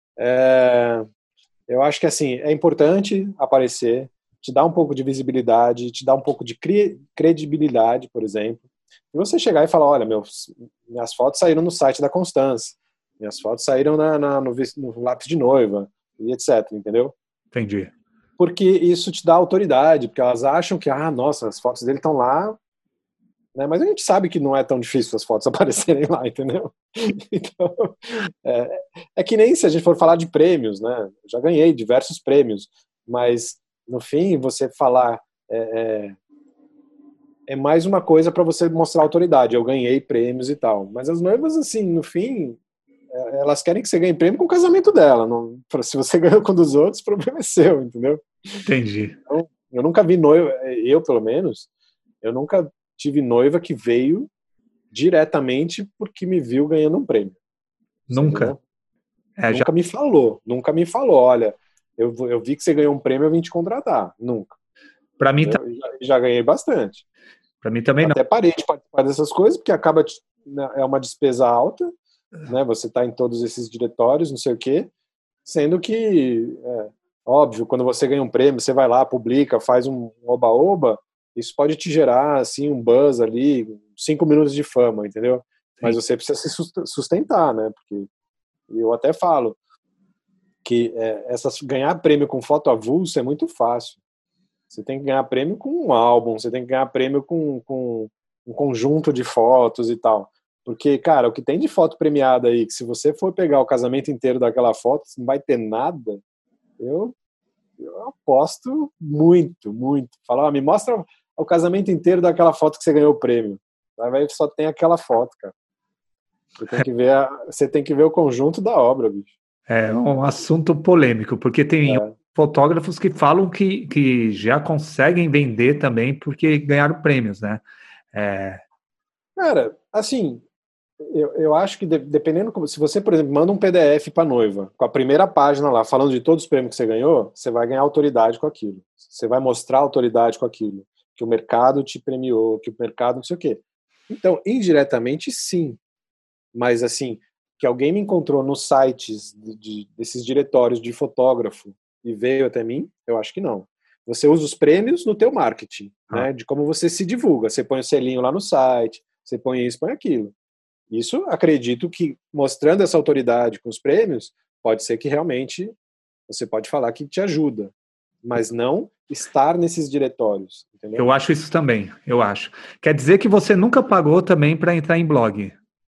é, eu acho que assim é importante aparecer, te dar um pouco de visibilidade, te dar um pouco de credibilidade, por exemplo. E você chegar e falar, olha, minhas fotos saíram no site da Constância, minhas fotos saíram no lápis de noiva, e etc, entendeu? Entendi. Porque isso te dá autoridade, porque elas acham que, nossa, as fotos dele estão lá, né? Mas a gente sabe que não é tão difícil as fotos aparecerem lá, entendeu? Então, é, é que nem se a gente for falar de prêmios, né? Eu já ganhei diversos prêmios, mas no fim, você falar é mais uma coisa para você mostrar autoridade. Eu ganhei prêmios e tal. Mas as noivas, assim, no fim, elas querem que você ganhe prêmio com o casamento dela. Não, se você ganhou com um dos outros, o problema é seu, entendeu? Entendi. Então, eu nunca vi noiva, eu pelo menos, eu nunca tive noiva que veio diretamente porque me viu ganhando um prêmio. Você Nunca. entendeu? Já Nunca me falou, olha, eu vi que você ganhou um prêmio, eu vim te contratar. Nunca. para mim, Entendeu? Já ganhei bastante. para mim também não. Até parei de participar dessas coisas, porque né, é uma despesa alta, né? Você está em todos esses diretórios, não sei o quê, sendo que, óbvio, quando você ganha um prêmio, você vai lá, publica, faz um oba-oba, isso pode te gerar, assim, um buzz ali, 5 minutos de fama, entendeu? Mas Sim. você precisa se sustentar, né? Porque eu até falo que ganhar prêmio com foto avulsa é muito fácil. Você tem que ganhar prêmio com um álbum, você tem que ganhar prêmio com um conjunto de fotos e tal. Porque, cara, o que tem de foto premiada aí, que se você for pegar o casamento inteiro daquela foto, não vai ter nada, eu, eu aposto muito, muito. Fala, me mostra o casamento inteiro daquela foto que você ganhou o prêmio. Aí só tem aquela foto, cara. Você tem que ver o conjunto da obra, bicho. É um assunto polêmico, porque tem É. fotógrafos que falam que já conseguem vender também porque ganharam prêmios, né? É, Cara, assim, eu acho que dependendo, se você, por exemplo, manda um PDF para noiva, com a primeira página lá, falando de todos os prêmios que você ganhou, você vai ganhar autoridade com aquilo. Você vai mostrar autoridade com aquilo. Que o mercado te premiou, que o mercado não sei o quê. Então, indiretamente, sim. Mas, assim, que alguém me encontrou nos sites desses diretórios de fotógrafo e veio até mim, eu acho que não. Você usa os prêmios no teu marketing, né? De como você se divulga. Você põe o selinho lá no site, você põe isso, põe aquilo. Isso, acredito que, mostrando essa autoridade com os prêmios, pode ser que realmente você pode falar que te ajuda, mas não estar nesses diretórios, entendeu? Eu acho isso também, eu acho. Quer dizer que você nunca pagou também para entrar em blog?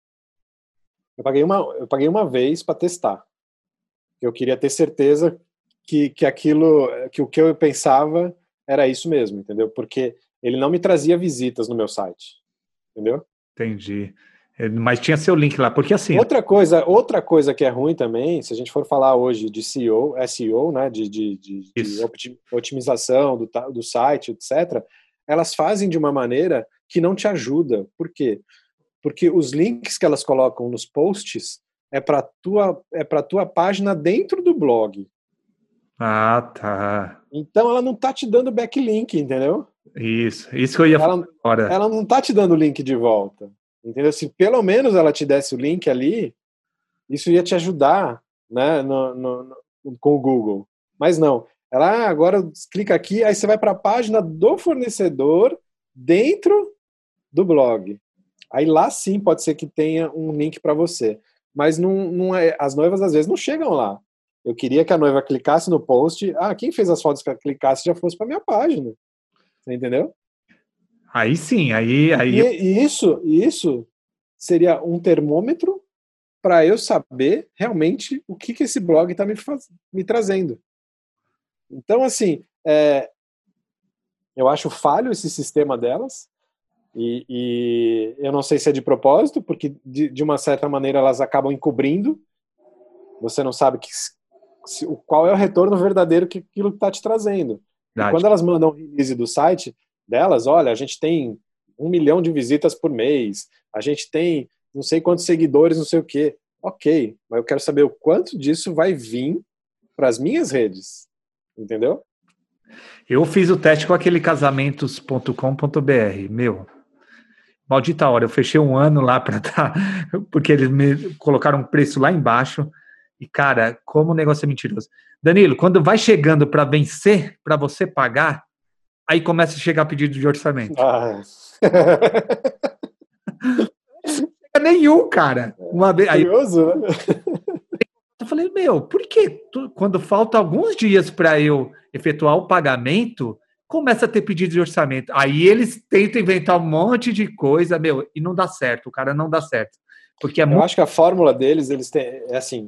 Eu paguei uma vez para testar. Eu queria ter certeza que aquilo, que o que eu pensava era isso mesmo, entendeu? Porque ele não me trazia visitas no meu site, entendeu? Entendi. Mas tinha seu link lá, porque assim... Outra coisa que é ruim também, se a gente for falar hoje de SEO, né, de otimização do site, etc., elas fazem de uma maneira que não te ajuda. Por quê? Porque os links que elas colocam nos posts é para tua página dentro do blog. Ah, tá. Então ela não tá te dando backlink, entendeu? Isso que eu ia falar agora. Ela não tá te dando o link de volta, entendeu? Se pelo menos ela te desse o link ali, isso ia te ajudar, né, com o Google. Mas não. Ela, agora clica aqui, aí você vai para a página do fornecedor dentro do blog. Aí lá sim pode ser que tenha um link para você. Mas não é, as noivas às vezes não chegam lá. Eu queria que a noiva clicasse no post, quem fez as fotos que ela clicasse já fosse para minha página. Você entendeu? Aí sim, aí... E isso seria um termômetro para eu saber realmente o que esse blog está me trazendo. Então, assim, eu acho falho esse sistema delas, e eu não sei se é de propósito, porque de uma certa maneira elas acabam encobrindo. Você não sabe qual é o retorno verdadeiro que aquilo está te trazendo. E quando elas mandam o release do site delas, olha, a gente tem 1 milhão de visitas por mês, a gente tem não sei quantos seguidores, não sei o quê. Ok, mas eu quero saber o quanto disso vai vir para as minhas redes, entendeu? Eu fiz o teste com aquele casamentos.com.br, meu, maldita hora, eu fechei um ano lá para dar, porque eles me colocaram um preço lá embaixo, e cara, como o negócio é mentiroso. Danilo, quando vai chegando para vencer, para você pagar, aí começa a chegar pedido de orçamento. Nenhum, cara. Uma vez, curioso, né? Eu falei, por que quando falta alguns dias para eu efetuar o pagamento, começa a ter pedido de orçamento? Aí eles tentam inventar um monte de coisa, e não dá certo, o cara não dá certo. Porque eu acho que a fórmula deles, eles têm, é assim,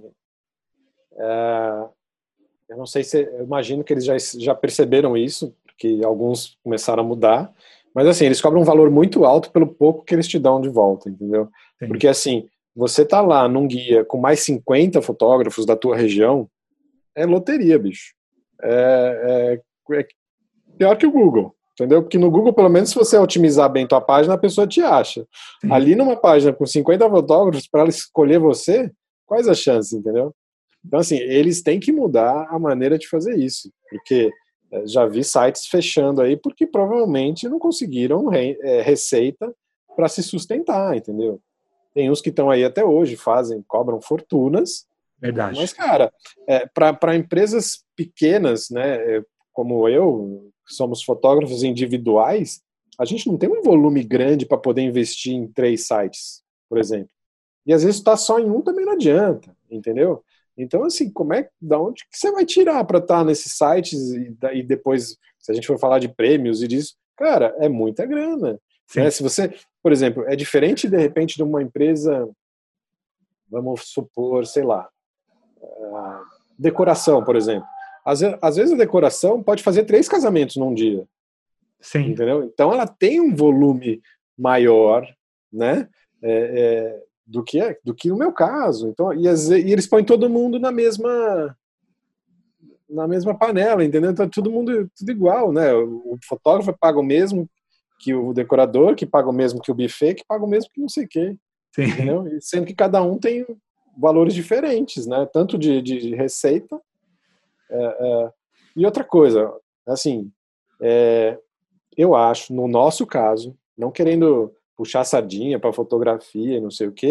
eu não sei se, eu imagino que eles já perceberam isso, porque alguns começaram a mudar, mas assim, eles cobram um valor muito alto pelo pouco que eles te dão de volta, entendeu? Sim. Porque assim, você tá lá num guia com mais 50 fotógrafos da tua região, é loteria, bicho. É pior que o Google, entendeu? Porque no Google, pelo menos, se você otimizar bem tua página, a pessoa te acha. Sim. Ali numa página com 50 fotógrafos, para ela escolher você, quais as chances, entendeu? Então, assim, eles têm que mudar a maneira de fazer isso, porque já vi sites fechando aí porque provavelmente não conseguiram receita para se sustentar, entendeu? Tem uns que estão aí até hoje, cobram fortunas. Verdade. Mas, cara, para empresas pequenas, né, como eu, somos fotógrafos individuais, a gente não tem um volume grande para poder investir em 3 sites, por exemplo. E às vezes está só em um também não adianta, entendeu? Então, assim, da onde que você vai tirar para estar nesses sites e depois, se a gente for falar de prêmios e disso, cara, é muita grana. Né? Se você, por exemplo, é diferente de repente de uma empresa, vamos supor, sei lá, decoração, por exemplo. Às vezes a decoração pode fazer 3 casamentos num dia. Sim. Entendeu? Então ela tem um volume maior, né? Do que no meu caso. Então, e eles põem todo mundo na mesma panela, entendeu? Então todo mundo tudo igual, né? O fotógrafo paga o mesmo que o decorador, que paga o mesmo que o buffet, que paga o mesmo que não sei o quê. Sim. Entendeu? E sendo que cada um tem valores diferentes, né? Tanto de receita. E outra coisa, assim, eu acho, no nosso caso, não querendo puxar sardinha para fotografia e não sei o quê,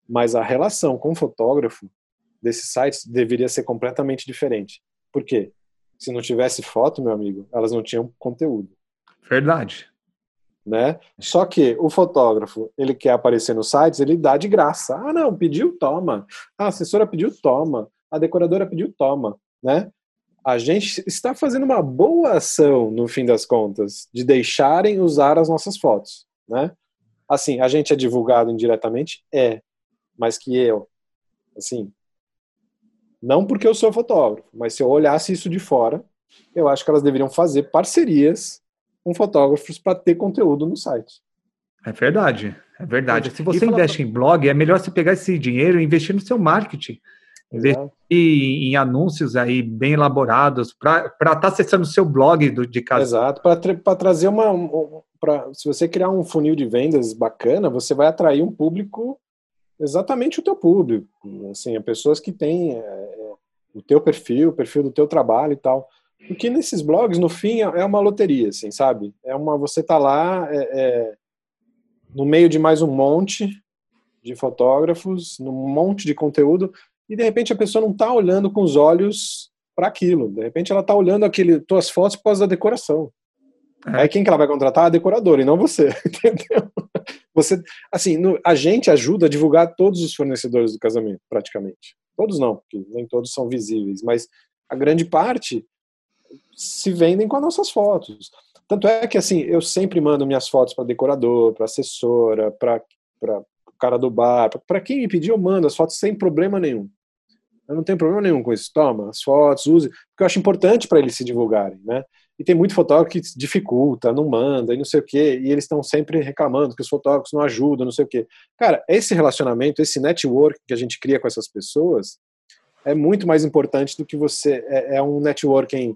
Mas a relação com o fotógrafo desses sites deveria ser completamente diferente. Por quê? Se não tivesse foto, meu amigo, elas não tinham conteúdo. Verdade. Né? Só que o fotógrafo, ele quer aparecer nos sites, ele dá de graça. Ah, não, pediu, toma. A assessora pediu, toma. A decoradora pediu, toma. Né? A gente está fazendo uma boa ação, no fim das contas, de deixarem usar as nossas fotos. Né? Assim, a gente é divulgado indiretamente? Mas que eu, assim, não porque eu sou fotógrafo, mas se eu olhasse isso de fora, eu acho que elas deveriam fazer parcerias com fotógrafos para ter conteúdo no site. É verdade, é verdade. Se você investe em blog, é melhor você pegar esse dinheiro e investir no seu marketing. Investir em anúncios aí bem elaborados para estar acessando o seu blog de casa. Exato, para trazer se você criar um funil de vendas bacana, você vai atrair um público, exatamente o teu público, assim, pessoas que têm o teu perfil, o perfil do teu trabalho e tal. Porque nesses blogs, no fim, é uma loteria, assim, sabe? Você tá lá no meio de mais um monte de fotógrafos, num monte de conteúdo, e de repente a pessoa não tá olhando com os olhos para aquilo. De repente ela tá olhando tuas fotos por causa da decoração. Aí quem que ela vai contratar? A decoradora, e não você, entendeu? Você, assim, a gente ajuda a divulgar todos os fornecedores do casamento, praticamente. Todos não, porque nem todos são visíveis, mas a grande parte se vendem com as nossas fotos. Tanto é que, assim, eu sempre mando minhas fotos para decorador, para assessora, para o cara do bar, para quem me pedir, eu mando as fotos sem problema nenhum. Eu não tenho problema nenhum com isso. Toma as fotos, use, porque eu acho importante para eles se divulgarem, né? E tem muito fotógrafo que dificulta, não manda, e não sei o quê, e eles estão sempre reclamando que os fotógrafos não ajudam, não sei o quê. Cara, esse relacionamento, esse network que a gente cria com essas pessoas é muito mais importante do que você... É um networking...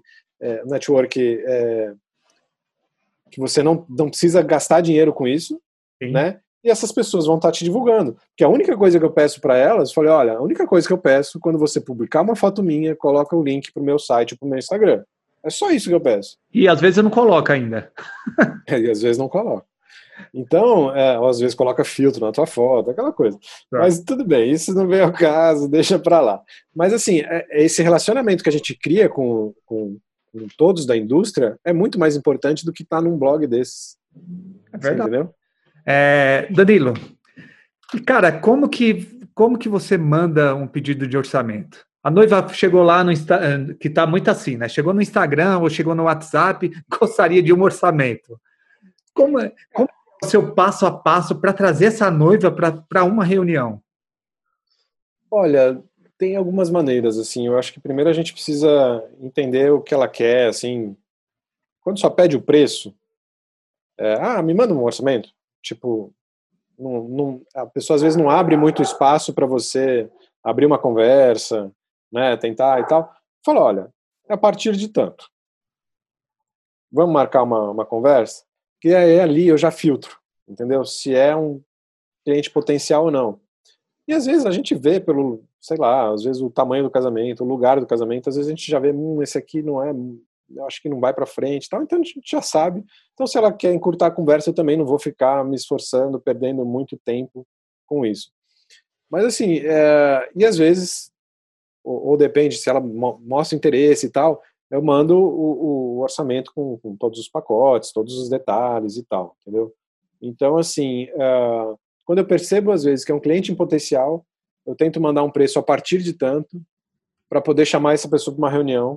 que você não precisa gastar dinheiro com isso, sim, né? E essas pessoas vão estar te divulgando. Porque a única coisa que eu peço para elas, eu falei, olha, a única coisa que eu peço quando você publicar uma foto minha, coloca o link pro meu site, pro meu Instagram. É só isso que eu peço. E às vezes eu não coloco ainda. E às vezes não coloco. Então, ou às vezes coloca filtro na tua foto, aquela coisa. Mas tudo bem, isso não vem ao caso, deixa pra lá. Mas assim, esse relacionamento que a gente cria com todos da indústria é muito mais importante do que estar num blog desses. É verdade. Você entendeu? Danilo, cara, como que você manda um pedido de orçamento? A noiva chegou lá no Instagram, que tá muito assim, né? Chegou no Instagram ou chegou no WhatsApp, gostaria de um orçamento. Como é o seu passo a passo para trazer essa noiva para uma reunião? Olha, tem algumas maneiras, assim. Eu acho que primeiro a gente precisa entender o que ela quer, assim. Quando só pede o preço, me manda um orçamento. Tipo, a pessoa às vezes não abre muito espaço para você abrir uma conversa, né, tentar e tal. Fala, olha, é a partir de tanto. Vamos marcar uma conversa? Que aí ali eu já filtro, entendeu? Se é um cliente potencial ou não. E às vezes a gente vê pelo, sei lá, às vezes o tamanho do casamento, o lugar do casamento, às vezes a gente já vê, esse aqui não é, eu acho que não vai para frente, tal. Então a gente já sabe. Então se ela quer encurtar a conversa, eu também não vou ficar me esforçando, perdendo muito tempo com isso. Mas assim, e às vezes, ou depende, se ela mostra interesse e tal, eu mando o orçamento com todos os pacotes, todos os detalhes e tal, entendeu? Então assim, quando eu percebo às vezes que é um cliente em potencial, eu tento mandar um preço a partir de tanto, para poder chamar essa pessoa para uma reunião,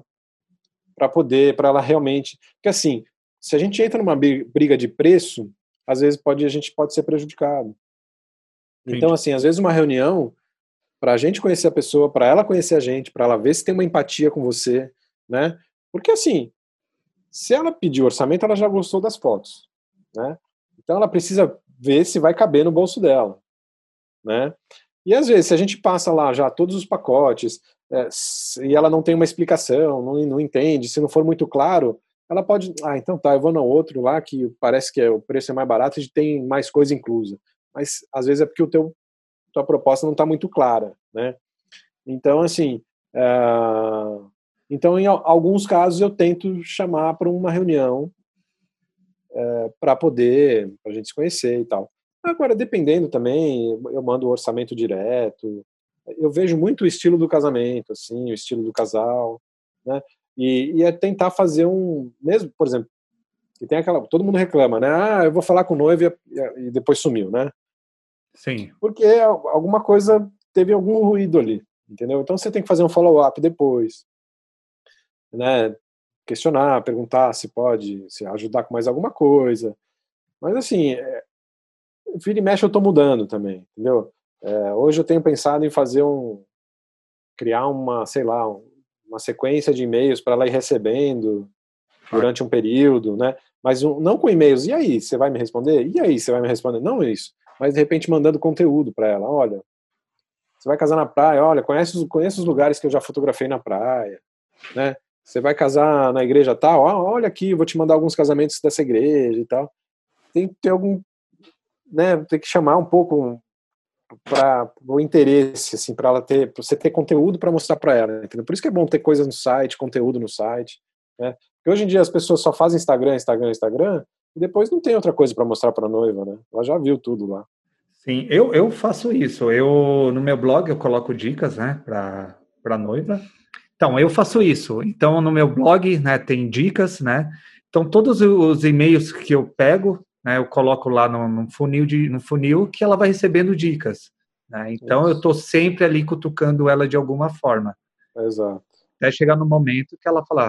para ela realmente... Porque assim, se a gente entra numa briga de preço, às vezes a gente pode ser prejudicado. Então assim, às vezes uma reunião, para a gente conhecer a pessoa, para ela conhecer a gente, para ela ver se tem uma empatia com você, né? Porque assim, se ela pedir orçamento, ela já gostou das fotos, né? Então ela precisa ver se vai caber no bolso dela, né? E às vezes, se a gente passa lá já todos os pacotes, e ela não tem uma explicação, não entende, se não for muito claro, ela pode, então tá, eu vou no outro lá, que parece que o preço é mais barato e tem mais coisa inclusa. Mas às vezes é porque tua proposta não está muito clara, né? Então, assim, então em alguns casos eu tento chamar para uma reunião para a gente se conhecer e tal. Agora, dependendo também, eu mando o orçamento direto. Eu vejo muito o estilo do casamento, assim, o estilo do casal, né? E é tentar fazer mesmo, por exemplo, que tem todo mundo reclama, né? Eu vou falar com o noivo e depois sumiu, né? Sim. Porque alguma coisa, teve algum ruído ali, entendeu? Então você tem que fazer um follow-up depois, né? Questionar, perguntar se pode se ajudar com mais alguma coisa. Mas assim, vira e mexe eu tô mudando também, entendeu? Hoje eu tenho pensado em criar sei lá, uma sequência de e-mails para ela ir recebendo durante um período, né? Mas não com e-mails, e aí, você vai me responder? E aí, você vai me responder? Não isso, mas de repente mandando conteúdo para ela, olha, você vai casar na praia, olha, conhece os lugares que eu já fotografei na praia, né? Você vai casar na igreja tal, olha aqui, eu vou te mandar alguns casamentos dessa igreja e tal. Tem que ter né, tem que chamar um pouco para o interesse, assim, para você ter conteúdo para mostrar para ela, entendeu? Por isso que é bom ter coisas no site, conteúdo no site, né? Porque hoje em dia as pessoas só fazem Instagram, Instagram, Instagram, e depois não tem outra coisa para mostrar para a noiva, né? Ela já viu tudo lá. Sim, eu faço isso. No meu blog eu coloco dicas, né, para noiva. Então, eu faço isso. Então, no meu blog, né, tem dicas, né? Então, todos os e-mails que eu pego, né, eu coloco lá no funil que ela vai recebendo dicas, né? Então, eu estou sempre ali cutucando ela de alguma forma. Exato. Até chegar no momento que ela falar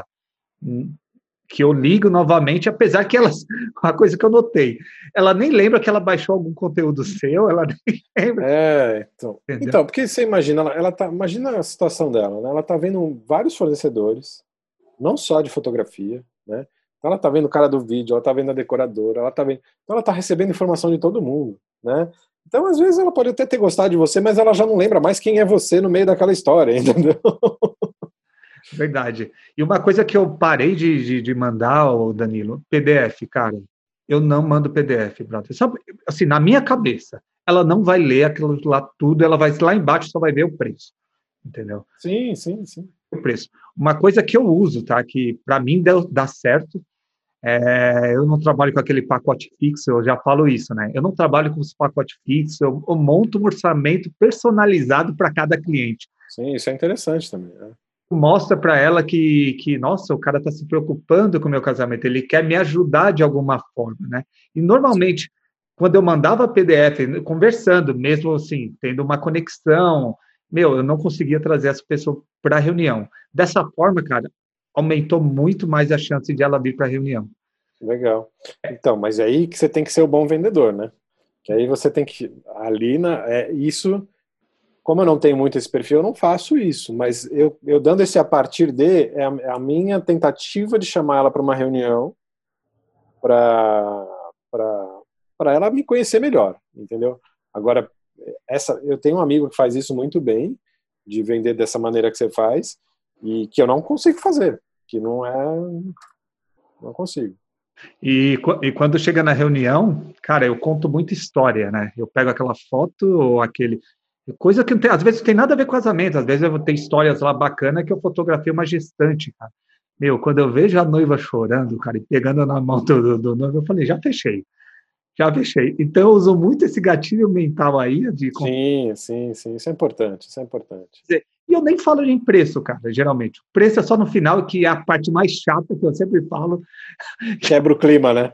que eu ligo novamente, apesar que uma coisa que eu notei, ela nem lembra que ela baixou algum conteúdo seu, ela nem lembra. Então, porque você imagina, imagina a situação dela, né? Ela tá vendo vários fornecedores, não só de fotografia, né? Então ela tá vendo o cara do vídeo, ela tá vendo a decoradora, então ela tá recebendo informação de todo mundo, né? Então, às vezes, ela pode até ter gostado de você, mas ela já não lembra mais quem é você no meio daquela história, entendeu? Verdade. E uma coisa que eu parei de mandar, Danilo, PDF, cara, eu não mando PDF, brother. Sabe, assim, na minha cabeça, ela não vai ler aquilo lá tudo, ela vai lá embaixo só vai ver o preço, entendeu? Sim. O preço. Uma coisa que eu uso, tá, que para mim dá certo, eu não trabalho com aquele pacote fixo, eu já falo isso, né? Eu não trabalho com os pacotes fixos, eu monto um orçamento personalizado para cada cliente. Sim, isso é interessante também, né? Mostra para ela que, nossa, o cara está se preocupando com o meu casamento, ele quer me ajudar de alguma forma, né? E normalmente, quando eu mandava PDF, conversando, mesmo assim, tendo uma conexão, eu não conseguia trazer essa pessoa para a reunião. Dessa forma, cara, aumentou muito mais a chance de ela vir para a reunião. Legal. Então, mas é aí que você tem que ser o bom vendedor, né? Que aí você tem que, ali, isso, como eu não tenho muito esse perfil, eu não faço isso, mas eu dando esse a partir de, é a minha tentativa de chamar ela para uma reunião para ela me conhecer melhor, entendeu? Agora, eu tenho um amigo que faz isso muito bem, de vender dessa maneira que você faz, e que eu não consigo fazer, que não consigo. E quando chega na reunião, cara, eu conto muita história, né? Eu pego aquela foto ou coisa que não tem, às vezes não tem nada a ver com casamento, às vezes eu vou ter histórias lá bacanas que eu fotografei uma gestante, cara. Quando eu vejo a noiva chorando, cara, e pegando na mão do noivo, eu falei, já fechei. Então eu uso muito esse gatilho mental aí de... Sim, isso é importante, E eu nem falo em preço, cara, geralmente. O preço é só no final, que é a parte mais chata que eu sempre falo. Quebra o clima, né?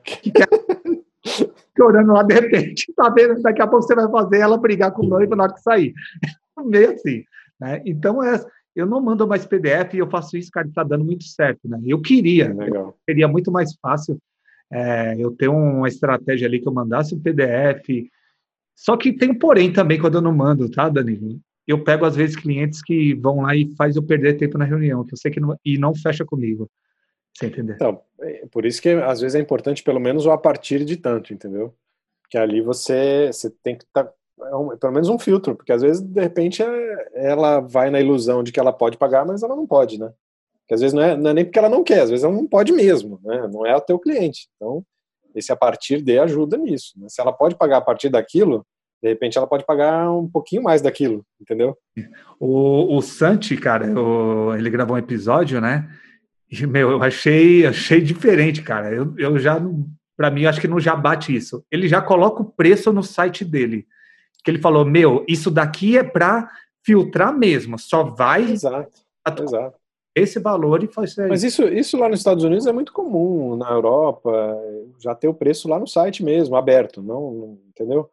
Chorando lá de repente, tá vendo? Daqui a pouco você vai fazer ela brigar com o noivo na hora que sair. Meio assim, né? Então, eu não mando mais PDF e eu faço isso, cara, tá dando muito certo, né? Seria muito mais fácil eu ter uma estratégia ali que eu mandasse um PDF. Só que tem um porém também quando eu não mando, tá, Danilo? Eu pego, às vezes, clientes que vão lá e faz eu perder tempo na reunião, que eu sei que não fecha comigo. Você entendeu? Então, por isso que às vezes é importante pelo menos o a partir de tanto, entendeu? Que ali você tem que estar pelo menos um filtro, porque às vezes de repente ela vai na ilusão de que ela pode pagar, mas ela não pode, né? Porque às vezes não é nem porque ela não quer, às vezes ela não pode mesmo, né? Não é o teu cliente. Então, esse a partir de ajuda nisso, né? Se ela pode pagar a partir daquilo, de repente ela pode pagar um pouquinho mais daquilo, entendeu? O Santi, cara, ele gravou um episódio, né? E, eu achei diferente, cara. Eu já para mim, eu acho que não já bate isso. Ele já coloca o preço no site dele. Que ele falou, isso daqui é para filtrar mesmo, só vai Exato. esse valor e faz isso aí. Mas isso lá nos Estados Unidos é muito comum, na Europa, já ter o preço lá no site mesmo, aberto, não entendeu?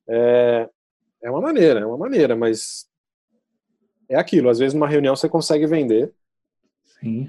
É uma maneira, mas é aquilo, às vezes numa reunião você consegue vender. Sim.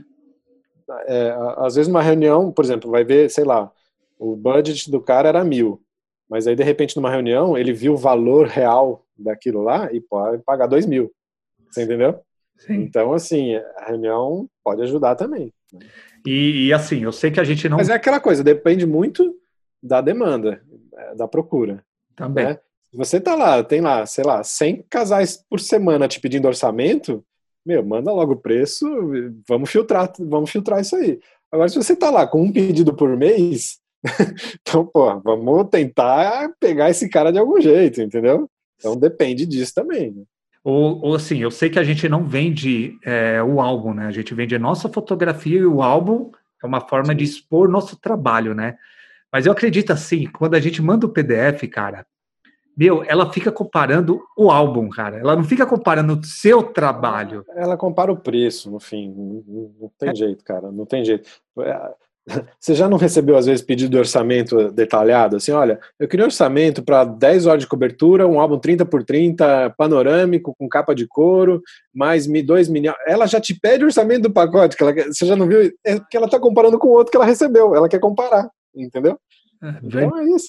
Às vezes numa reunião, por exemplo, vai ver, sei lá, o budget do cara era 1.000, mas aí de repente numa reunião ele viu o valor real daquilo lá e pode pagar 2.000, você entendeu? Sim. Então, assim, a reunião pode ajudar também. E assim, eu sei que a gente não... Mas é aquela coisa, depende muito da demanda, da procura. Também. Né? Se você tem lá, sei lá, 100 casais por semana te pedindo orçamento, manda logo o preço, vamos filtrar isso aí. Agora, se você tá lá com um pedido por mês, então, vamos tentar pegar esse cara de algum jeito, entendeu? Então, depende disso também, né? Ou assim, eu sei que a gente não vende o álbum, né? A gente vende a nossa fotografia e o álbum é uma forma de expor nosso trabalho, né? Mas eu acredito assim, quando a gente manda o PDF, cara, ela fica comparando o álbum, cara. Ela não fica comparando o seu trabalho. Ela compara o preço, no fim. Não tem jeito, cara. Não tem jeito. Você já não recebeu, às vezes, pedido de orçamento detalhado? Assim, olha, eu queria um orçamento para 10 horas de cobertura, um álbum 30x30, panorâmico, com capa de couro, mais 2 milhões. Ela já te pede o orçamento do pacote, você já não viu? É porque ela está comparando com o outro que ela recebeu. Ela quer comparar, entendeu? Então é isso.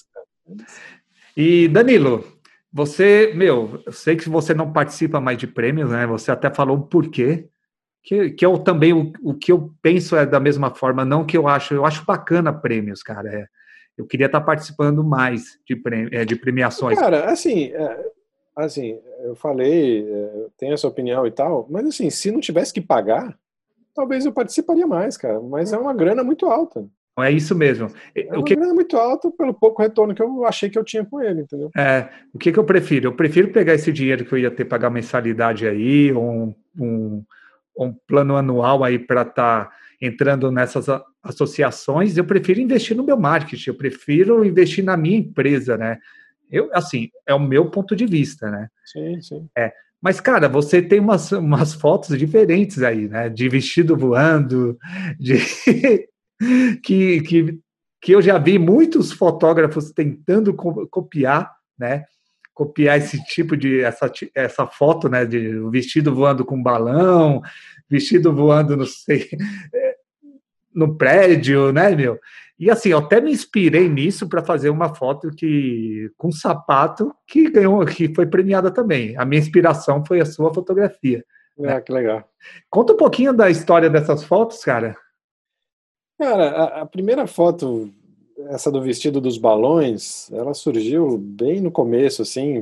E, Danilo, você, eu sei que você não participa mais de prêmios, né? Você até falou o porquê. Que eu também, o que eu penso é da mesma forma, não que eu acho bacana prêmios, cara. Eu queria estar participando mais de premiações. Cara, assim, eu falei, tenho essa opinião e tal, mas assim, se não tivesse que pagar, talvez eu participaria mais, cara. Mas é uma grana muito alta. É isso mesmo. Grana muito alta pelo pouco retorno que eu achei que eu tinha com ele, entendeu? O que eu prefiro? Eu prefiro pegar esse dinheiro que eu ia ter que pagar mensalidade aí, ou um plano anual aí para estar entrando nessas associações, eu prefiro investir no meu marketing, eu prefiro investir na minha empresa, né? Assim, é o meu ponto de vista, né? Sim, sim. Mas, cara, você tem umas fotos diferentes aí, né? De vestido voando, que eu já vi muitos fotógrafos tentando copiar, né? Copiar esse tipo de essa foto, né, de vestido voando com balão, vestido voando no prédio, né, E assim, eu até me inspirei nisso para fazer uma foto com sapato que foi premiada também. A minha inspiração foi a sua fotografia. Né? Que legal. Conta um pouquinho da história dessas fotos, cara. Cara, a primeira foto, essa do vestido dos balões, ela surgiu bem no começo, assim.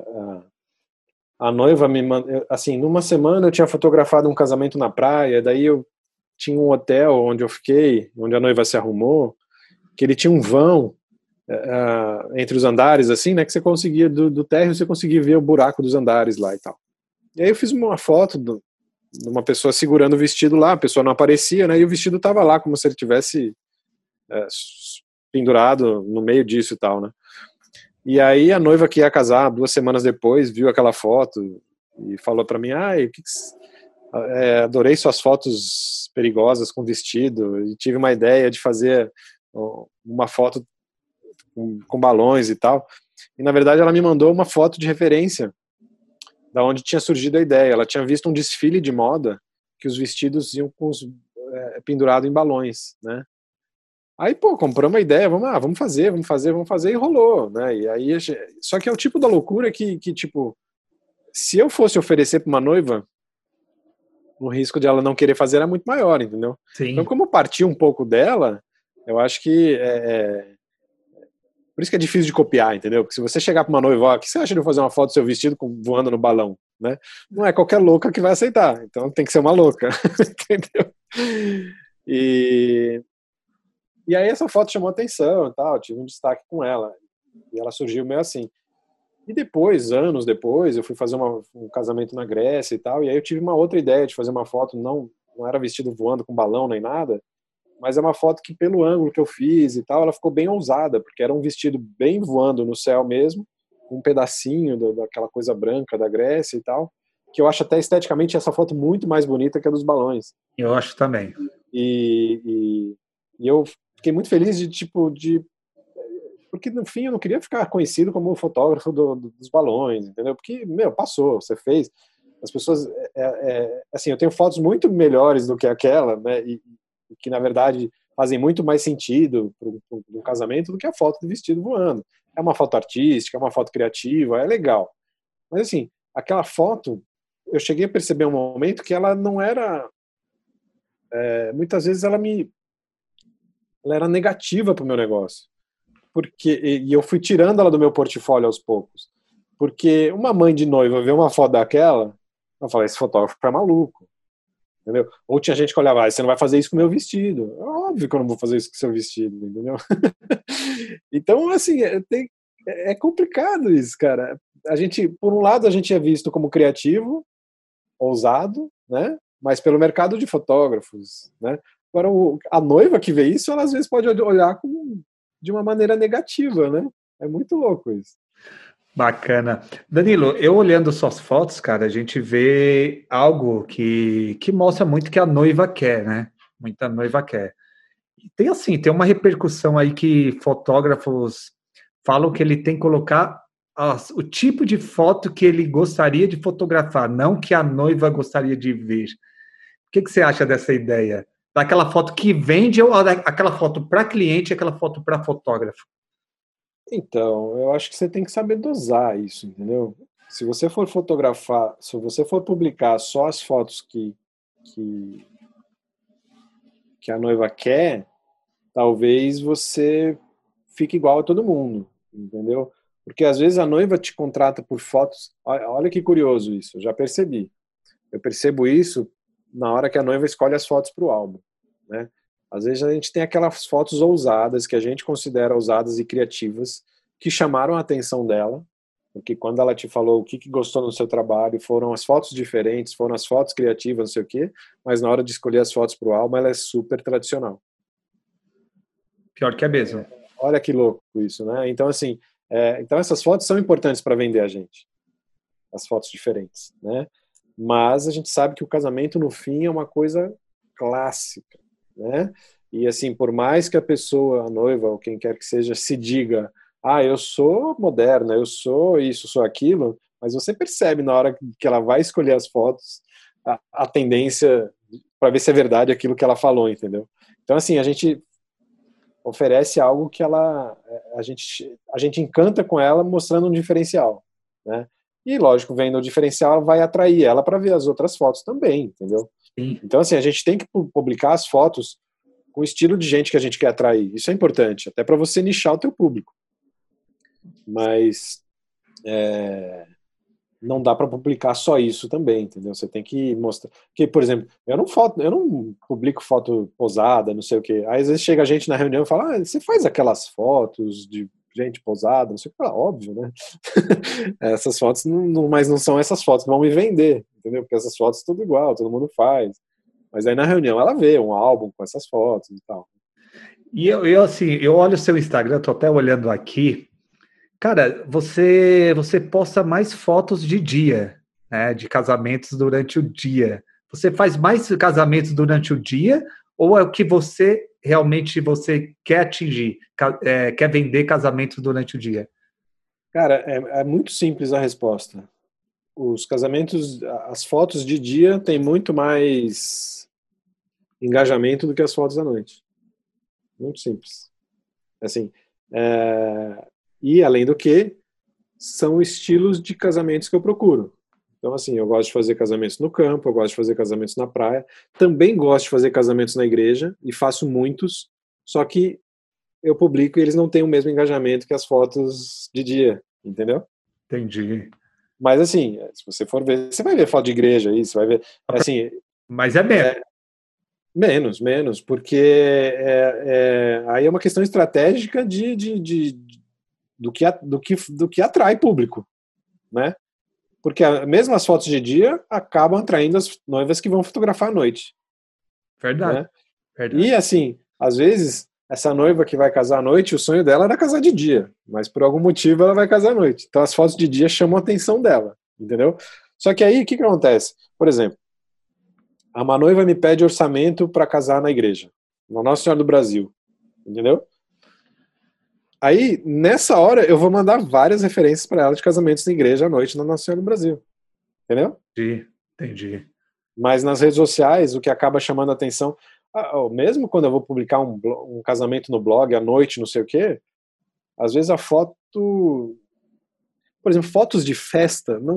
A noiva me mandou, assim, numa semana eu tinha fotografado um casamento na praia, daí eu tinha um hotel onde eu fiquei, onde a noiva se arrumou, que ele tinha um vão entre os andares, assim, né, que você conseguia, do térreo você conseguia ver o buraco dos andares lá e tal. E aí eu fiz uma foto de uma pessoa segurando o vestido lá, a pessoa não aparecia, né, e o vestido tava lá, como se ele tivesse pendurado no meio disso e tal, né. E aí a noiva que ia casar 2 semanas depois viu aquela foto e falou para mim, adorei suas fotos perigosas com vestido e tive uma ideia de fazer uma foto com balões e tal. E na verdade ela me mandou uma foto de referência da onde tinha surgido a ideia. Ela tinha visto um desfile de moda que os vestidos iam pendurados em balões, né? Aí, compramos uma ideia, vamos fazer, e rolou, né? E aí, só que é o tipo da loucura que tipo, se eu fosse oferecer para uma noiva, o risco de ela não querer fazer era muito maior, entendeu? Sim. Então, como partiu um pouco dela, eu acho que por isso que é difícil de copiar, entendeu? Porque se você chegar para uma noiva, o que você acha de eu fazer uma foto do seu vestido voando no balão, né? Não é qualquer louca que vai aceitar, então tem que ser uma louca, entendeu? E aí essa foto chamou atenção e tal, tive um destaque com ela. E ela surgiu meio assim. E depois, anos depois, eu fui fazer um casamento na Grécia e tal, e aí eu tive uma outra ideia de fazer uma foto, não era vestido voando com balão nem nada, mas é uma foto que, pelo ângulo que eu fiz e tal, ela ficou bem ousada, porque era um vestido bem voando no céu mesmo, um pedacinho daquela coisa branca da Grécia e tal, que eu acho até esteticamente essa foto muito mais bonita que a dos balões. Eu acho também. E eu fiquei muito feliz porque no fim eu não queria ficar conhecido como o fotógrafo dos balões, entendeu? Porque, passou, você fez. As pessoas, assim, eu tenho fotos muito melhores do que aquela, né? E que, na verdade, fazem muito mais sentido para um casamento do que a foto do vestido voando. É uma foto artística, é uma foto criativa, é legal. Mas, assim, aquela foto, eu cheguei a perceber um momento que ela não era... muitas vezes ela era negativa para o meu negócio. E eu fui tirando ela do meu portfólio aos poucos. Porque uma mãe de noiva ver uma foto daquela, eu falei, esse fotógrafo é maluco. Entendeu? Ou tinha gente que olhava, você não vai fazer isso com o meu vestido. É óbvio que eu não vou fazer isso com o seu vestido, entendeu? Então, assim, é complicado isso, cara. A gente, por um lado, a gente é visto como criativo, ousado, né? Mas pelo mercado de fotógrafos, né? Agora, a noiva que vê isso, ela às vezes pode olhar de uma maneira negativa, né? É muito louco isso. Bacana. Danilo, eu olhando suas fotos, cara, a gente vê algo que mostra muito que a noiva quer, né? Muita noiva quer. E tem uma repercussão aí que fotógrafos falam que ele tem que colocar o tipo de foto que ele gostaria de fotografar, não que a noiva gostaria de ver. O que você acha dessa ideia? Daquela foto que vende ou aquela foto para cliente e aquela foto para fotógrafo? Então, eu acho que você tem que saber dosar isso, entendeu? Se você for fotografar, se você for publicar só as fotos que a noiva quer, talvez você fique igual a todo mundo, entendeu? Porque às vezes a noiva te contrata por fotos. Olha que curioso isso, eu já percebi. Eu percebo isso na hora que a noiva escolhe as fotos para o álbum, né? Às vezes a gente tem aquelas fotos ousadas, que a gente considera ousadas e criativas, que chamaram a atenção dela, porque quando ela te falou o que gostou no seu trabalho, foram as fotos diferentes, foram as fotos criativas, não sei o quê, mas na hora de escolher as fotos para o álbum, ela é super tradicional. Pior que é mesmo. Olha que louco isso, né? Então, assim, então essas fotos são importantes para vender a gente, as fotos diferentes, né? Mas a gente sabe que o casamento, no fim, é uma coisa clássica, né? E assim, por mais que a pessoa, a noiva ou quem quer que seja, se diga, eu sou moderna, eu sou isso, sou aquilo, mas você percebe na hora que ela vai escolher as fotos a tendência para ver se é verdade aquilo que ela falou, entendeu? Então, assim, a gente oferece algo que a gente encanta com ela, mostrando um diferencial, né? E, lógico, vendo o diferencial, vai atrair ela para ver as outras fotos também, entendeu? Sim. Então, assim, a gente tem que publicar as fotos com o estilo de gente que a gente quer atrair. Isso é importante, até para você nichar o teu público. Mas não dá para publicar só isso também, entendeu? Você tem que mostrar. Porque, por exemplo, eu não publico foto posada, não sei o quê. Aí, às vezes, chega a gente na reunião e fala, você faz aquelas fotos de gente posada, não sei o que, óbvio, né? Essas fotos, mas não são essas fotos que vão me vender, entendeu? Porque essas fotos tudo igual, todo mundo faz. Mas aí na reunião ela vê um álbum com essas fotos e tal. E eu olho o seu Instagram, tô até olhando aqui. Cara, você posta mais fotos de dia, né? De casamentos durante o dia. Você faz mais casamentos durante o dia ou é o que você realmente quer atingir? Quer vender casamentos durante o dia? Cara, é muito simples a resposta. Os casamentos, as fotos de dia têm muito mais engajamento do que as fotos à noite. Muito simples. Assim, e além do que, são estilos de casamentos que eu procuro. Então, assim, eu gosto de fazer casamentos no campo, eu gosto de fazer casamentos na praia, também gosto de fazer casamentos na igreja, e faço muitos, só que eu publico e eles não têm o mesmo engajamento que as fotos de dia, entendeu? Entendi. Mas, assim, se você for ver, você vai ver foto de igreja aí, você vai ver, assim... Mas é menos. Menos, porque aí é uma questão estratégica do que atrai público, né? Porque mesmo as fotos de dia acabam atraindo as noivas que vão fotografar à noite. Verdade. Né? Verdade. E assim, Às vezes, essa noiva que vai casar à noite, o sonho dela era casar de dia, mas por algum motivo ela vai casar à noite. Então as fotos de dia chamam a atenção dela, entendeu? Só que aí, o que acontece? Por exemplo, uma noiva me pede orçamento para casar na igreja, na Nossa Senhora do Brasil, entendeu? Aí, nessa hora, eu vou mandar várias referências para ela de casamentos na igreja à noite na Nossa Senhora do Brasil, entendeu? Entendi. Mas nas redes sociais, o que acaba chamando a atenção, mesmo quando eu vou publicar um casamento no blog à noite, não sei o quê, às vezes a foto, por exemplo, fotos de festa não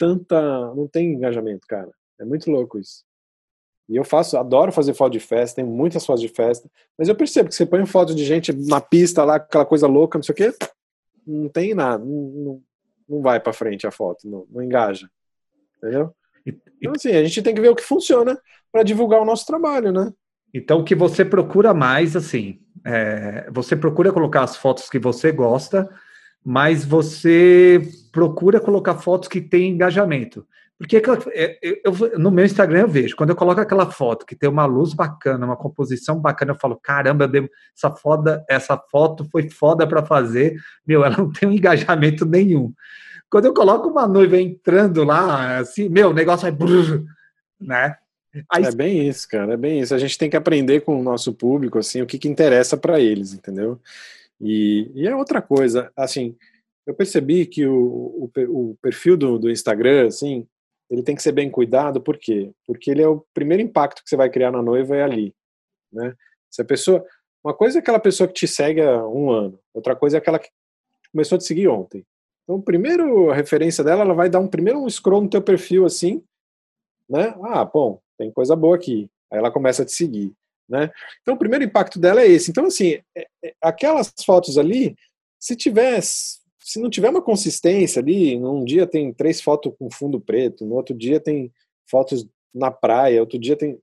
tem engajamento, cara. É muito louco isso. E eu adoro fazer foto de festa, tem muitas fotos de festa, mas eu percebo que você põe foto de gente na pista lá, aquela coisa louca, não sei o quê, não tem nada, não vai pra frente a foto, não engaja, entendeu? Então, assim, a gente tem que ver o que funciona para divulgar o nosso trabalho, né? Então, o que você procura mais, assim, você procura colocar as fotos que você gosta, mas você procura colocar fotos que têm engajamento. Porque no meu Instagram eu vejo, quando eu coloco aquela foto que tem uma luz bacana, uma composição bacana, eu falo, caramba, essa foto foi foda para fazer, ela não tem um engajamento nenhum. Quando eu coloco uma noiva entrando lá, assim, o negócio vai... né? Aí... É bem isso, cara, é bem isso. A gente tem que aprender com o nosso público, assim, o que interessa para eles, entendeu? E é outra coisa, assim, eu percebi que o perfil do Instagram, assim, ele tem que ser bem cuidado, por quê? Porque ele é o primeiro impacto que você vai criar na noiva é ali, né? Se a pessoa... Uma coisa é aquela pessoa que te segue há um ano, outra coisa é aquela que começou a te seguir ontem. Então, primeiro, a referência dela, ela vai dar um scroll no teu perfil, assim, né? Bom, tem coisa boa aqui. Aí ela começa a te seguir, né? Então, o primeiro impacto dela é esse. Então, assim, aquelas fotos ali, se não tiver uma consistência ali, num dia tem 3 fotos com fundo preto, no outro dia tem fotos na praia, outro dia tem...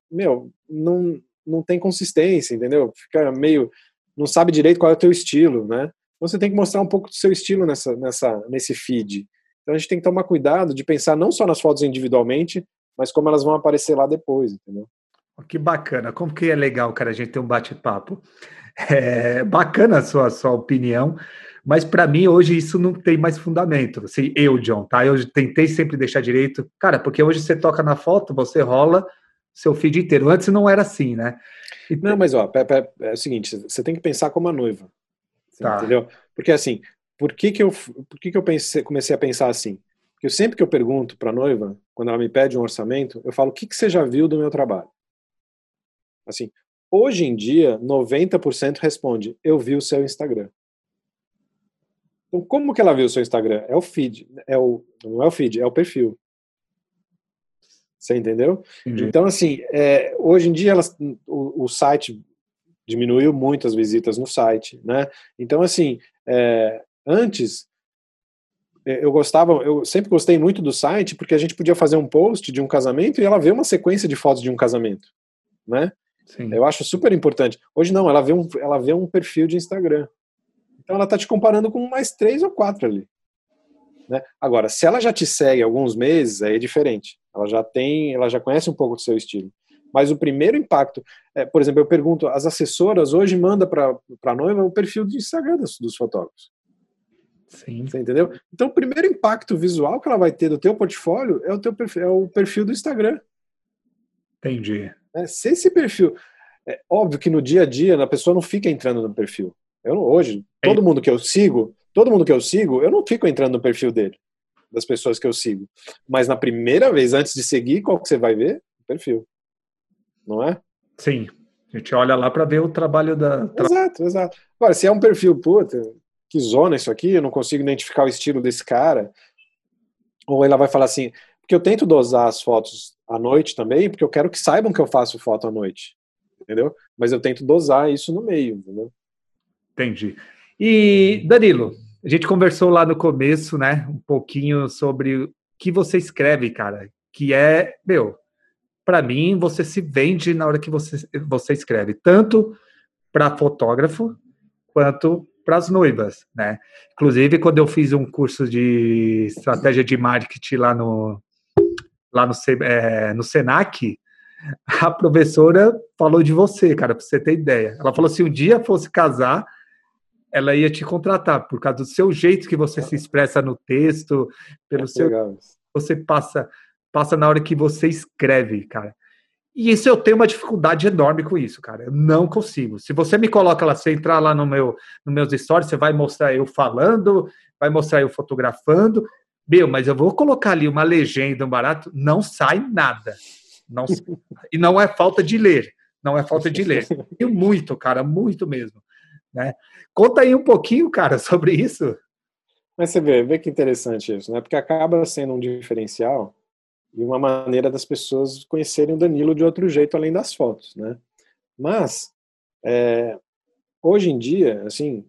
não tem consistência, entendeu? Fica meio... Não sabe direito qual é o teu estilo, né? Então você tem que mostrar um pouco do seu estilo nesse feed. Então a gente tem que tomar cuidado de pensar não só nas fotos individualmente, mas como elas vão aparecer lá depois, entendeu? Que bacana, como que é legal, cara, a gente ter um bate-papo. É bacana a sua opinião, mas para mim hoje isso não tem mais fundamento. Assim, John, tá? Eu tentei sempre deixar direito, cara, porque hoje você toca na foto, você rola seu feed inteiro. Antes não era assim, né? Não, mas é o seguinte, você tem que pensar como a noiva. Tá. Entendeu? Porque assim, por que eu comecei a pensar assim? Porque sempre que eu pergunto para a noiva, quando ela me pede um orçamento, eu falo, o que você já viu do meu trabalho? Assim, hoje em dia, 90% responde, eu vi o seu Instagram. Então, como que ela viu o seu Instagram? É o feed, não é o feed, é o perfil. Você entendeu? Entendi. Então, assim, hoje em dia o site diminuiu muito as visitas no site, né? Então, assim, antes eu sempre gostei muito do site porque a gente podia fazer um post de um casamento e ela vê uma sequência de fotos de um casamento, né? Sim. Eu acho super importante. Hoje não, ela vê um perfil de Instagram. Então ela tá te comparando com mais 3 ou 4 ali, né? Agora, se ela já te segue há alguns meses, aí é diferente. Ela já conhece um pouco do seu estilo. Mas o primeiro impacto, por exemplo, eu pergunto, as assessoras hoje mandam para a noiva o perfil de Instagram dos fotógrafos. Sim. Você entendeu? Então, o primeiro impacto visual que ela vai ter do teu portfólio é o perfil do Instagram. Entendi. Se esse perfil... É óbvio que no dia a dia a pessoa não fica entrando no perfil. Hoje, todo mundo que eu sigo, eu não fico entrando no perfil dele, das pessoas que eu sigo. Mas na primeira vez, antes de seguir, qual que você vai ver? O perfil. Não é? Sim. A gente olha lá para ver o trabalho da... Exato. Agora, se é um perfil, puta, que zona isso aqui, eu não consigo identificar o estilo desse cara, ou ela vai falar assim, porque eu tento dosar as fotos à noite também, porque eu quero que saibam que eu faço foto à noite, entendeu? Mas eu tento dosar isso no meio, entendeu? Entendi. E, Danilo, a gente conversou lá no começo, né, um pouquinho sobre o que você escreve, cara, que para mim, você se vende na hora que você escreve, tanto para fotógrafo quanto para as noivas, né? Inclusive, quando eu fiz um curso de estratégia de marketing lá no Senac, A professora falou de você, cara, para você ter ideia. Ela falou, se um dia fosse casar, ela ia te contratar, por causa do seu jeito que você se expressa no texto, pelo seu... Legal. Você passa na hora que você escreve, cara. E isso eu tenho uma dificuldade enorme com isso, cara. Eu não consigo. Se você me coloca lá, você entrar lá nos meus stories, você vai mostrar eu falando, vai mostrar eu fotografando. Mas eu vou colocar ali uma legenda, um barato, não sai nada. Não, e não é falta de ler. Não é falta de ler. E muito, cara, muito mesmo. Né? Conta aí um pouquinho, cara, sobre isso. Mas você vê que interessante isso, né? Porque acaba sendo um diferencial e uma maneira das pessoas conhecerem o Danilo de outro jeito, além das fotos, né? Mas, hoje em dia, assim,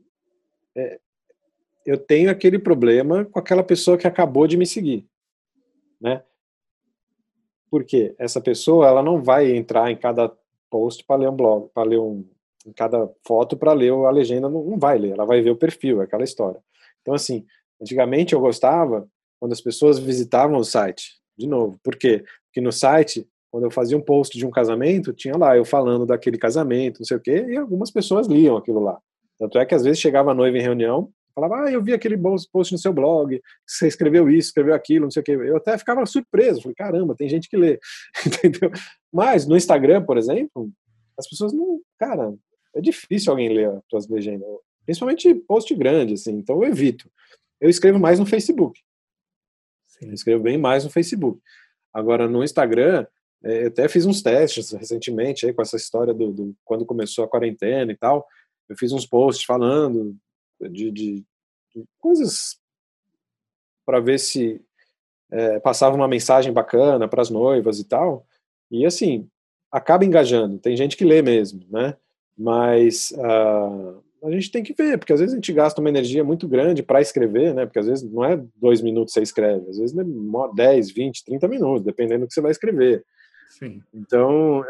eu tenho aquele problema com aquela pessoa que acabou de me seguir, né? Porque essa pessoa, ela não vai entrar em cada post para ler um blog, para ler em cada foto para ler a legenda, não vai ler, ela vai ver o perfil, aquela história. Então, assim, antigamente eu gostava quando as pessoas visitavam o site, de novo. Por quê? Porque no site, quando eu fazia um post de um casamento, tinha lá eu falando daquele casamento, não sei o quê, e algumas pessoas liam aquilo lá. Tanto é que às vezes chegava a noiva em reunião, falava, eu vi aquele post no seu blog, você escreveu isso, escreveu aquilo, não sei o quê. Eu até ficava surpreso, falei, caramba, tem gente que lê, entendeu? Mas no Instagram, por exemplo, as pessoas não, cara, é difícil alguém ler as tuas legendas, principalmente post grande, assim, então eu evito. Eu escrevo mais no Facebook. Eu escrevo bem mais no Facebook. Agora, no Instagram, eu até fiz uns testes recentemente aí, com essa história do quando começou a quarentena e tal. Eu fiz uns posts falando de coisas para ver se passava uma mensagem bacana para as noivas e tal. E, assim, acaba engajando. Tem gente que lê mesmo, né? Mas a gente tem que ver, porque às vezes a gente gasta uma energia muito grande para escrever, né? Porque às vezes não é 2 minutos você escreve, às vezes é 10, 20, 30 minutos, dependendo do que você vai escrever. Sim. Então,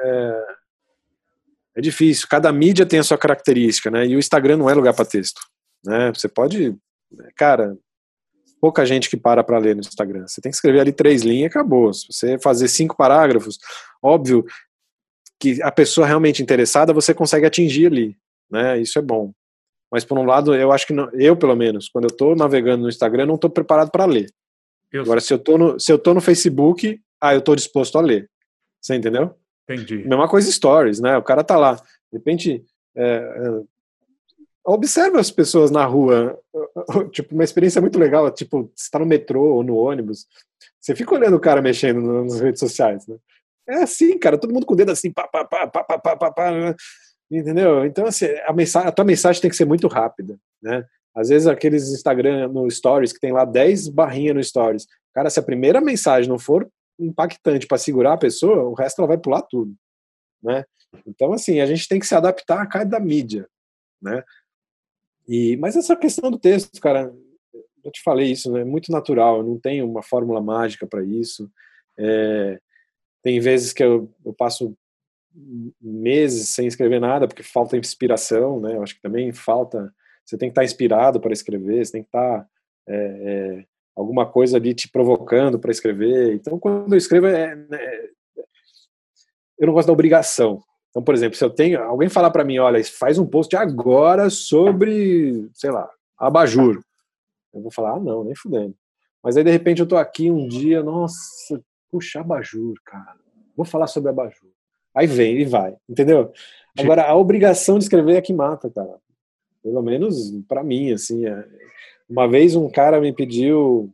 é difícil. Cada mídia tem a sua característica, né? E o Instagram não é lugar para texto, né? Você pode... Cara, pouca gente que para ler no Instagram. Você tem que escrever ali 3 linhas e acabou. Se você fazer 5 parágrafos, óbvio que a pessoa realmente interessada, você consegue atingir ali, né? Isso é bom. Mas, por um lado, eu acho que não, eu, pelo menos, quando eu estou navegando no Instagram, não estou preparado para ler. Agora, se eu tô no Facebook, eu estou disposto a ler. Você entendeu? Entendi. Mesma coisa stories, né? O cara tá lá, de repente, observa as pessoas na rua, tipo, uma experiência muito legal, tipo, você tá no metrô ou no ônibus, você fica olhando o cara mexendo nas redes sociais, né? É assim, cara, todo mundo com o dedo assim, pá, entendeu? Então, assim, a tua mensagem tem que ser muito rápida, né? Às vezes aqueles Instagram no Stories, que tem lá 10 barrinhas no Stories, cara, se a primeira mensagem não for impactante para segurar a pessoa, o resto ela vai pular tudo, né? Então, assim, a gente tem que se adaptar a cada mídia, né? Mas essa questão do texto, cara, eu te falei isso, né? É muito natural, eu não tenho uma fórmula mágica para isso. Tem vezes que eu passo meses sem escrever nada porque falta inspiração, né? Eu acho que também falta. Você tem que estar inspirado para escrever, você tem que estar alguma coisa ali te provocando para escrever. Então, quando eu escrevo, eu não gosto da obrigação. Então, por exemplo, se eu tenho alguém falar para mim, olha, faz um post agora sobre, sei lá, abajur, eu vou falar, não, nem fudendo. Mas aí de repente eu tô aqui um dia, nossa, puxa, abajur, cara, vou falar sobre abajur. Aí vem e vai, entendeu? Agora, a obrigação de escrever é que mata, cara. Pelo menos para mim, assim. Uma vez um cara me pediu,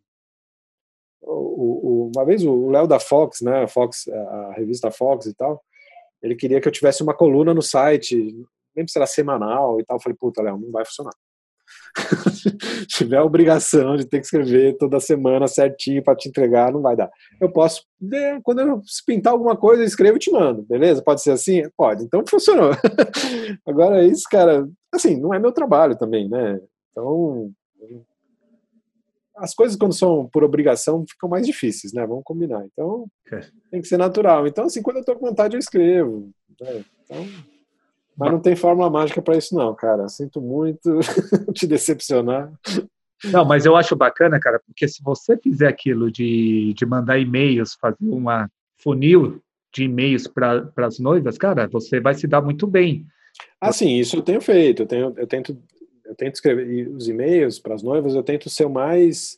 uma vez o Léo da Fox, né, a revista Fox e tal, ele queria que eu tivesse uma coluna no site, nem se era semanal e tal. Eu falei, puta, Léo, não vai funcionar. Se tiver a obrigação de ter que escrever toda semana certinho para te entregar, não vai dar. Eu posso, quando eu pintar alguma coisa, eu escrevo e te mando, beleza? Pode ser assim? Pode. Então funcionou. Agora isso, cara, assim, não é meu trabalho também, né? Então, as coisas quando são por obrigação ficam mais difíceis, né? Vamos combinar. Então, tem que ser natural. Então, assim, quando eu tô com vontade, eu escrevo, né? Então, mas não tem fórmula mágica para isso não, cara. Sinto muito te decepcionar. Não, mas eu acho bacana, cara, porque se você fizer aquilo de mandar e-mails, fazer uma funil, de e-mails para as noivas, cara, você vai se dar muito bem. Sim, isso eu tenho feito. Eu tento escrever os e-mails para as noivas, eu tento ser o mais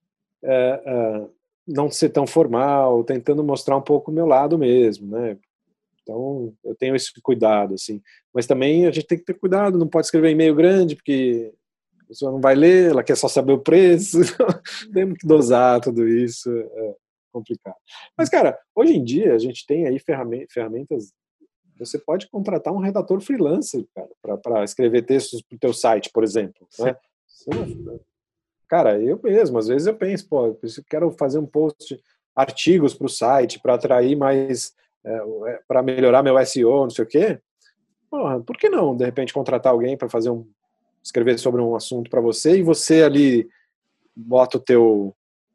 não ser tão formal, tentando mostrar um pouco o meu lado mesmo, né? Então, eu tenho esse cuidado, assim. Mas também a gente tem que ter cuidado, não pode escrever e-mail grande, porque a pessoa não vai ler, ela quer só saber o preço. Temos que dosar tudo isso, é complicado. Mas, cara, hoje em dia a gente tem aí ferramentas. Você pode contratar um redator freelancer, cara, para escrever textos para o teu site, por exemplo. Né? Cara, eu mesmo, às vezes eu penso, pô, eu quero fazer um post, artigos para o site, para atrair mais, para melhorar meu SEO, não sei o quê. Porra, por que não, de repente, contratar alguém para escrever sobre um assunto para você e você ali bota o teu,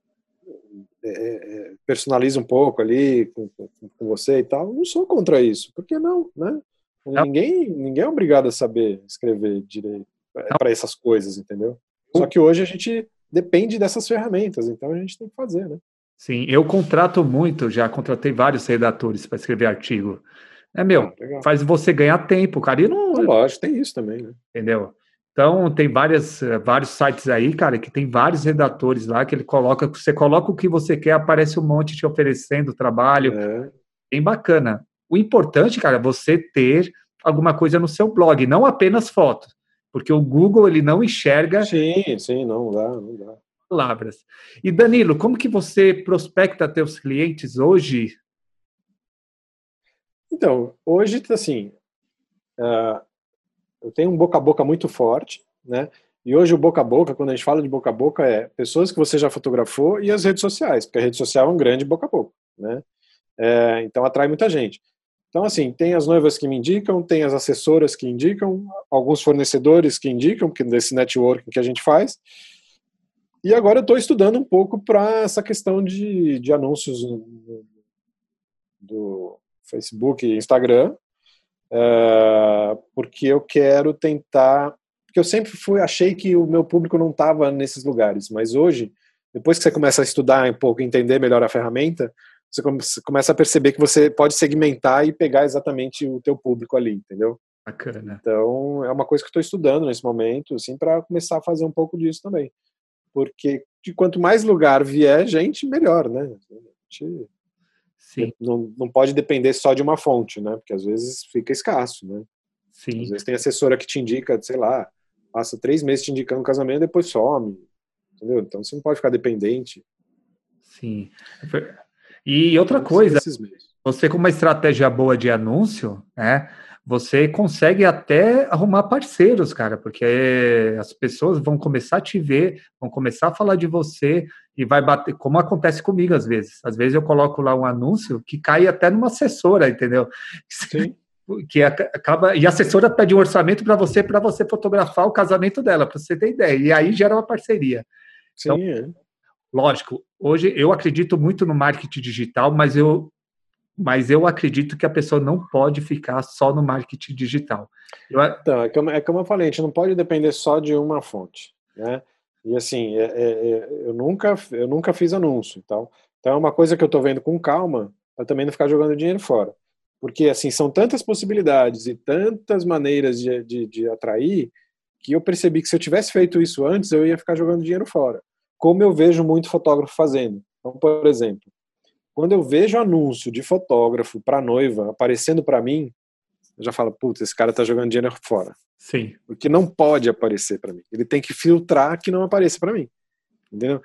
personaliza um pouco ali com você e tal. Eu não sou contra isso, por que não, né? Ninguém é obrigado a saber escrever direito para essas coisas, entendeu? Só que hoje a gente depende dessas ferramentas, então a gente tem que fazer, né? Sim, eu já contratei vários redatores para escrever artigo. Faz você ganhar tempo, cara. E não, lógico, tem isso também, né? Entendeu? Então, tem vários sites aí, cara, que tem vários redatores lá que você coloca o que você quer, aparece um monte te oferecendo trabalho. Bem bacana. O importante, cara, é você ter alguma coisa no seu blog, não apenas foto, porque o Google, ele não enxerga... Sim, não dá. Palavras. E, Danilo, como que você prospecta teus clientes hoje? Então, hoje, assim, eu tenho um boca a boca muito forte, né? E hoje o boca a boca, quando a gente fala de boca a boca, é pessoas que você já fotografou e as redes sociais, porque a rede social é um grande boca a boca, né? Então atrai muita gente. Então, assim, tem as noivas que me indicam, tem as assessoras que indicam, alguns fornecedores que indicam, que desse networking que a gente faz. E agora eu estou estudando um pouco para essa questão de anúncios do Facebook e Instagram, porque eu quero tentar... Porque eu sempre achei que o meu público não estava nesses lugares, mas hoje, depois que você começa a estudar um pouco, entender melhor a ferramenta, você começa a perceber que você pode segmentar e pegar exatamente o teu público ali, entendeu? Bacana. Então, é uma coisa que eu estou estudando nesse momento, assim, para começar a fazer um pouco disso também. Porque de quanto mais lugar vier gente, melhor, né? Sim. Não pode depender só de uma fonte, né? Porque às vezes fica escasso, né? Sim. Às vezes tem assessora que te indica, sei lá, passa 3 meses te indicando um casamento e depois some, entendeu? Então você não pode ficar dependente. Sim. E outra coisa, você com uma estratégia boa de anúncio, né? Você consegue até arrumar parceiros, cara, porque as pessoas vão começar a te ver, vão começar a falar de você e vai bater, como acontece comigo às vezes. Às vezes eu coloco lá um anúncio que cai até numa assessora, entendeu? Sim. Que acaba, e a assessora pede um orçamento para você fotografar o casamento dela, para você ter ideia. E aí gera uma parceria. Sim, então, lógico, hoje eu acredito muito no marketing digital, mas eu acredito que a pessoa não pode ficar só no marketing digital. Então, é como eu falei, a gente não pode depender só de uma fonte, né? E assim, eu nunca fiz anúncio e tal. Então é uma coisa que eu estou vendo com calma, para também não ficar jogando dinheiro fora. Porque assim, são tantas possibilidades e tantas maneiras de atrair, que eu percebi que se eu tivesse feito isso antes, eu ia ficar jogando dinheiro fora. Como eu vejo muito fotógrafo fazendo. Então, por exemplo, quando eu vejo anúncio de fotógrafo para noiva aparecendo para mim, eu já falo, putz, esse cara tá jogando dinheiro fora. Sim. Porque não pode aparecer para mim. Ele tem que filtrar que não apareça para mim. Entendeu?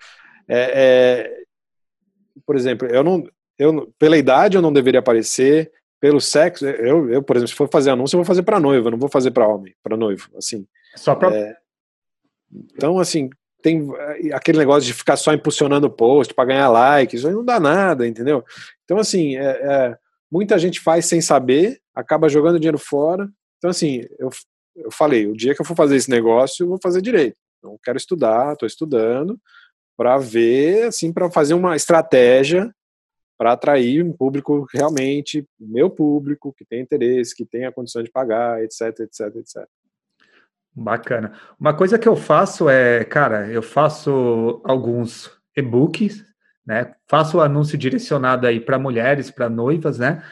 Por exemplo, pela idade eu não deveria aparecer, pelo sexo, eu por exemplo, se for fazer anúncio, eu vou fazer para noiva, não vou fazer para homem, para noivo, assim. Só para Então, assim, tem aquele negócio de ficar só impulsionando o post para ganhar like, isso aí não dá nada, entendeu? Então, assim, muita gente faz sem saber, acaba jogando dinheiro fora. Então, assim, eu falei, o dia que eu for fazer esse negócio, eu vou fazer direito. Então, eu quero estudar, estou estudando, para ver, assim, para fazer uma estratégia para atrair um público realmente, meu público, que tem interesse, que tem a condição de pagar, etc, etc, etc. Bacana. Uma coisa que eu faço cara, eu faço alguns e-books, né? Faço anúncio direcionado aí para mulheres, para noivas, né?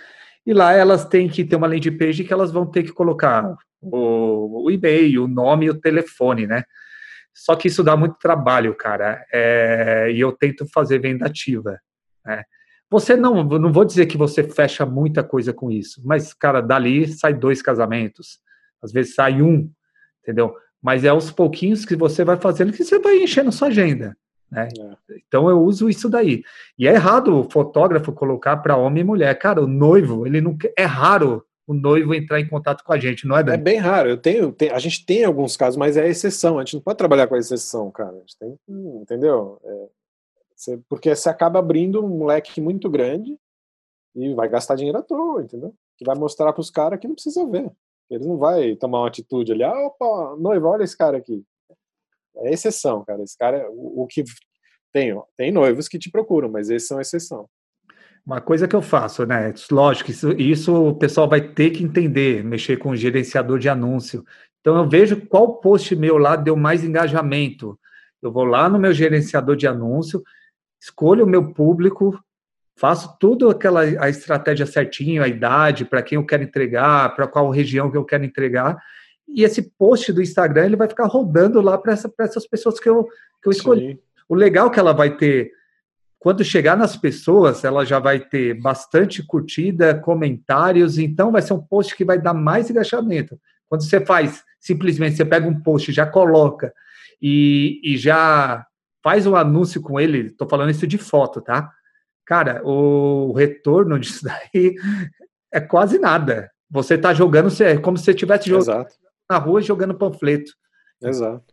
e lá elas têm que ter uma landing page que elas vão ter que colocar o e-mail, o nome e o telefone, né? Só que isso dá muito trabalho, cara, e eu tento fazer venda ativa, né? Você não vou dizer que você fecha muita coisa com isso, mas, cara, dali sai 2 casamentos, às vezes sai um, entendeu? Mas é aos pouquinhos que você vai fazendo que você vai enchendo sua agenda, né? Então eu uso isso daí. E é errado o fotógrafo colocar para homem e mulher. Cara, o noivo, ele não é raro o noivo entrar em contato com a gente, não é, Dani? É bem raro. A gente tem alguns casos, mas é exceção. A gente não pode trabalhar com a exceção, cara. A gente tem, entendeu? Porque você acaba abrindo um leque muito grande e vai gastar dinheiro à toa, entendeu? Que vai mostrar para os caras que não precisa ver. Eles não vão tomar uma atitude ali, opa, noiva, olha esse cara aqui. É exceção, cara. Esse cara, o que tem noivos que te procuram, mas esses são exceção. Uma coisa que eu faço, né? Lógico, isso o pessoal vai ter que entender, mexer com o gerenciador de anúncio. Então eu vejo qual post meu lá deu mais engajamento. Eu vou lá no meu gerenciador de anúncio, escolho o meu público, faço tudo a estratégia certinho, a idade, para quem eu quero entregar, para qual região que eu quero entregar. E esse post do Instagram ele vai ficar rodando lá para essas pessoas que eu escolhi. Sim. O legal é que ela vai ter, quando chegar nas pessoas, ela já vai ter bastante curtida, comentários, então vai ser um post que vai dar mais engajamento. Quando você faz, simplesmente você pega um post, já coloca e já faz um anúncio com ele, estou falando isso de foto, tá? Cara, o retorno disso daí é quase nada. Você está jogando, é como se você estivesse jogando na rua jogando panfleto. Exato.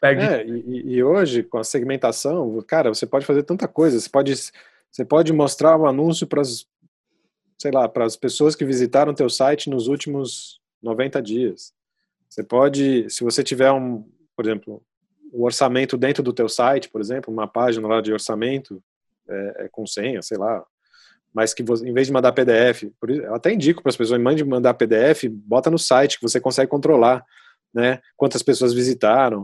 E hoje, com a segmentação, cara, você pode fazer tanta coisa. Você pode mostrar o anúncio para as pessoas que visitaram teu site nos últimos 90 dias. Você pode, se você tiver por exemplo, o orçamento dentro do teu site, por exemplo, uma página lá de orçamento com senha, sei lá, mas que você, em vez de mandar PDF, eu até indico para as pessoas, mande mandar PDF, bota no site que você consegue controlar, né? Quantas pessoas visitaram.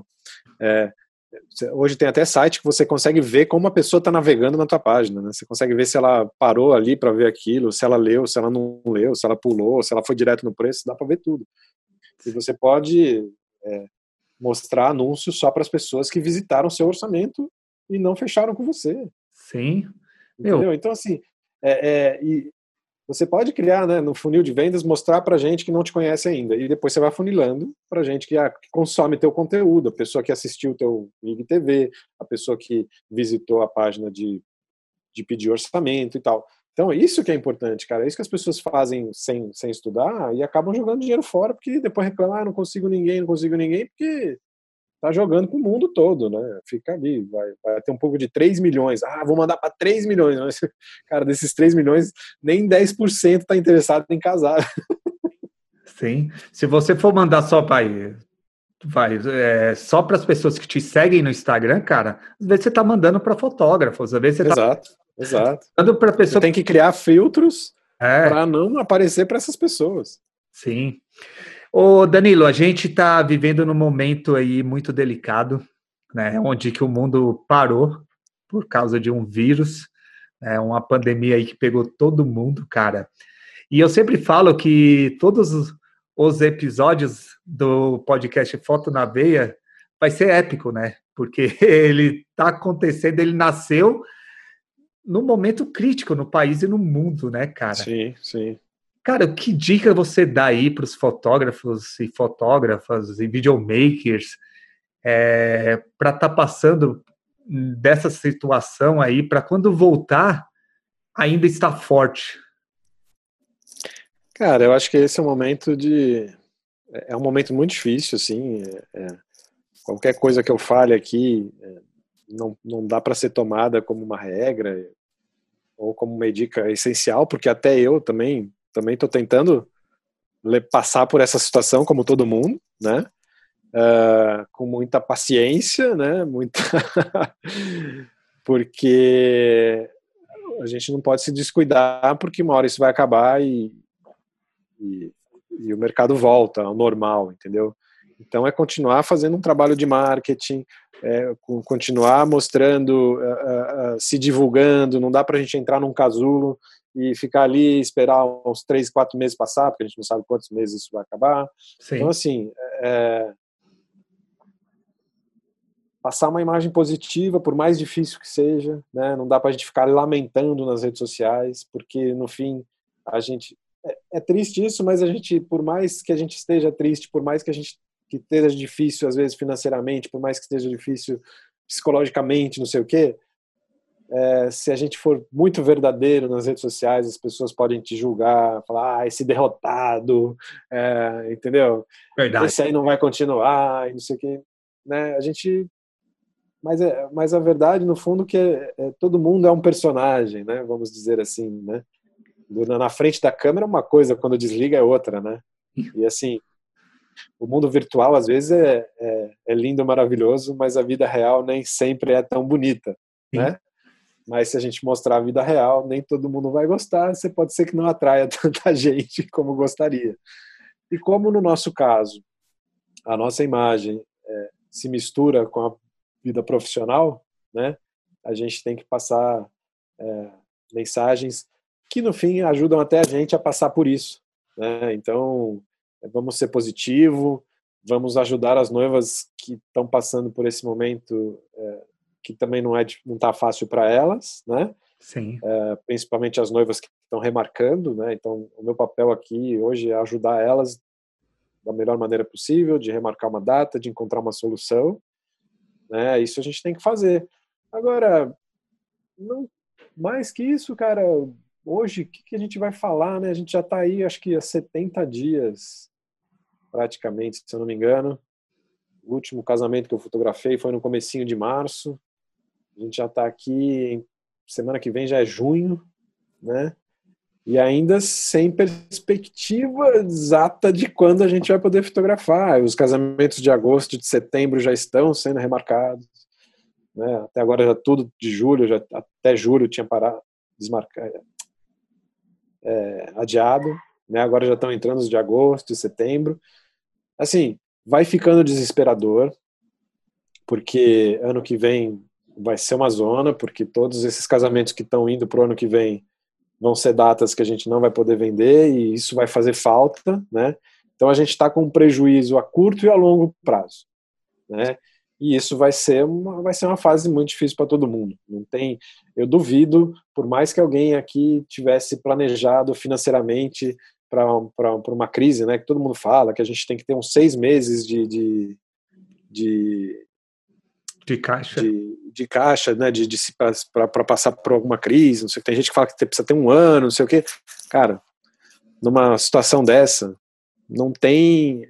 Hoje tem até site que você consegue ver como a pessoa está navegando na tua página, né? Você consegue ver se ela parou ali para ver aquilo, se ela leu, se ela não leu, se ela pulou, se ela foi direto no preço, dá para ver tudo. E você pode mostrar anúncios só para as pessoas que visitaram seu orçamento e não fecharam com você. Sim. Entendeu? Então, assim, e você pode criar, né, no funil de vendas, mostrar para gente que não te conhece ainda. E depois você vai funilando para gente que consome teu conteúdo, a pessoa que assistiu o teu IGTV, a pessoa que visitou a página de pedir orçamento e tal. Então, isso que é importante, cara. É isso que as pessoas fazem sem estudar e acabam jogando dinheiro fora, porque depois reclamam, não consigo ninguém, porque tá jogando pro mundo todo, né? Fica ali, vai ter um pouco de 3 milhões. Vou mandar para 3 milhões. Mas, cara, desses 3 milhões, nem 10% tá interessado em casar. Sim. Se você for mandar só só para as pessoas que te seguem no Instagram, cara, às vezes você tá mandando para fotógrafos, às vezes você Exato. Mandando para pessoa. Você tem que criar filtros para não aparecer para essas pessoas. Sim. Ô Danilo, a gente está vivendo num momento aí muito delicado, né, onde que o mundo parou por causa de um vírus, né, uma pandemia aí que pegou todo mundo, cara. E eu sempre falo que todos os episódios do podcast Foto na Veia vai ser épico, né? Porque ele está acontecendo, ele nasceu num momento crítico no país e no mundo, né, cara? Sim. Cara, que dica você dá aí para os fotógrafos e fotógrafas e videomakers para estar passando dessa situação aí, para quando voltar, ainda estar forte? Cara, eu acho que esse é um momento é um momento muito difícil, assim. Qualquer coisa que eu fale aqui não dá para ser tomada como uma regra ou como uma dica essencial, porque até eu também estou tentando passar por essa situação como todo mundo, né? Com muita paciência, né? Porque a gente não pode se descuidar, porque uma hora isso vai acabar e o mercado volta ao normal, entendeu? Então é continuar fazendo um trabalho de marketing, continuar mostrando, se divulgando. Não dá para a gente entrar num casulo e ficar ali, esperar uns 3, 4 meses passar, porque a gente não sabe quantos meses isso vai acabar. Sim. Então, assim, passar uma imagem positiva, por mais difícil que seja, né? Não dá para a gente ficar lamentando nas redes sociais, porque, no fim, a gente... É triste isso, mas a gente, por mais que a gente esteja triste, por mais que que esteja difícil, às vezes, financeiramente, por mais que esteja difícil psicologicamente, não sei o quê, se a gente for muito verdadeiro nas redes sociais, as pessoas podem te julgar, falar, esse derrotado, entendeu? Verdade. Esse aí não vai continuar, e não sei o quê. Né? A gente... Mas a verdade, no fundo, que todo mundo é um personagem, né? Vamos dizer assim, né? Na frente da câmera uma coisa, quando desliga é outra, né? E assim, o mundo virtual às vezes é lindo, maravilhoso, mas a vida real nem sempre é tão bonita, né? Mas se a gente mostrar a vida real, nem todo mundo vai gostar, você pode ser que não atraia tanta gente como gostaria. E como no nosso caso, a nossa imagem se mistura com a vida profissional, né? A gente tem que passar mensagens que no fim ajudam até a gente a passar por isso, né? Então, vamos ser positivo, vamos ajudar as noivas que estão passando por esse momento que também não tá fácil para elas, né? Sim. Principalmente as noivas que estão remarcando, né? Então, o meu papel aqui hoje é ajudar elas da melhor maneira possível, de remarcar uma data, de encontrar uma solução, né? Isso a gente tem que fazer. Agora, não mais que isso, cara, hoje, o que a gente vai falar, né? A gente já está aí, acho que há 70 dias, praticamente, se eu não me engano. O último casamento que eu fotografei foi no comecinho de março. A gente já está aqui, semana que vem já é junho, né? E ainda sem perspectiva exata de quando a gente vai poder fotografar. Os casamentos de agosto e de setembro já estão sendo remarcados, né? Até agora já tudo de julho, até julho tinha parado, adiado, né? Agora já estão entrando os de agosto e setembro. Assim, vai ficando desesperador, porque ano que vem vai ser uma zona, porque todos esses casamentos que estão indo para o ano que vem vão ser datas que a gente não vai poder vender e isso vai fazer falta, né? Então a gente está com um prejuízo a curto e a longo prazo, né? E isso vai ser uma fase muito difícil para todo mundo. Não tem, eu duvido, por mais que alguém aqui tivesse planejado financeiramente para uma crise, né? Que todo mundo fala que a gente tem que ter uns 6 meses de caixa, de caixa, né? Para passar por alguma crise. Não sei, tem gente que fala que precisa ter 1 ano, não sei o quê. Cara, numa situação dessa, não tem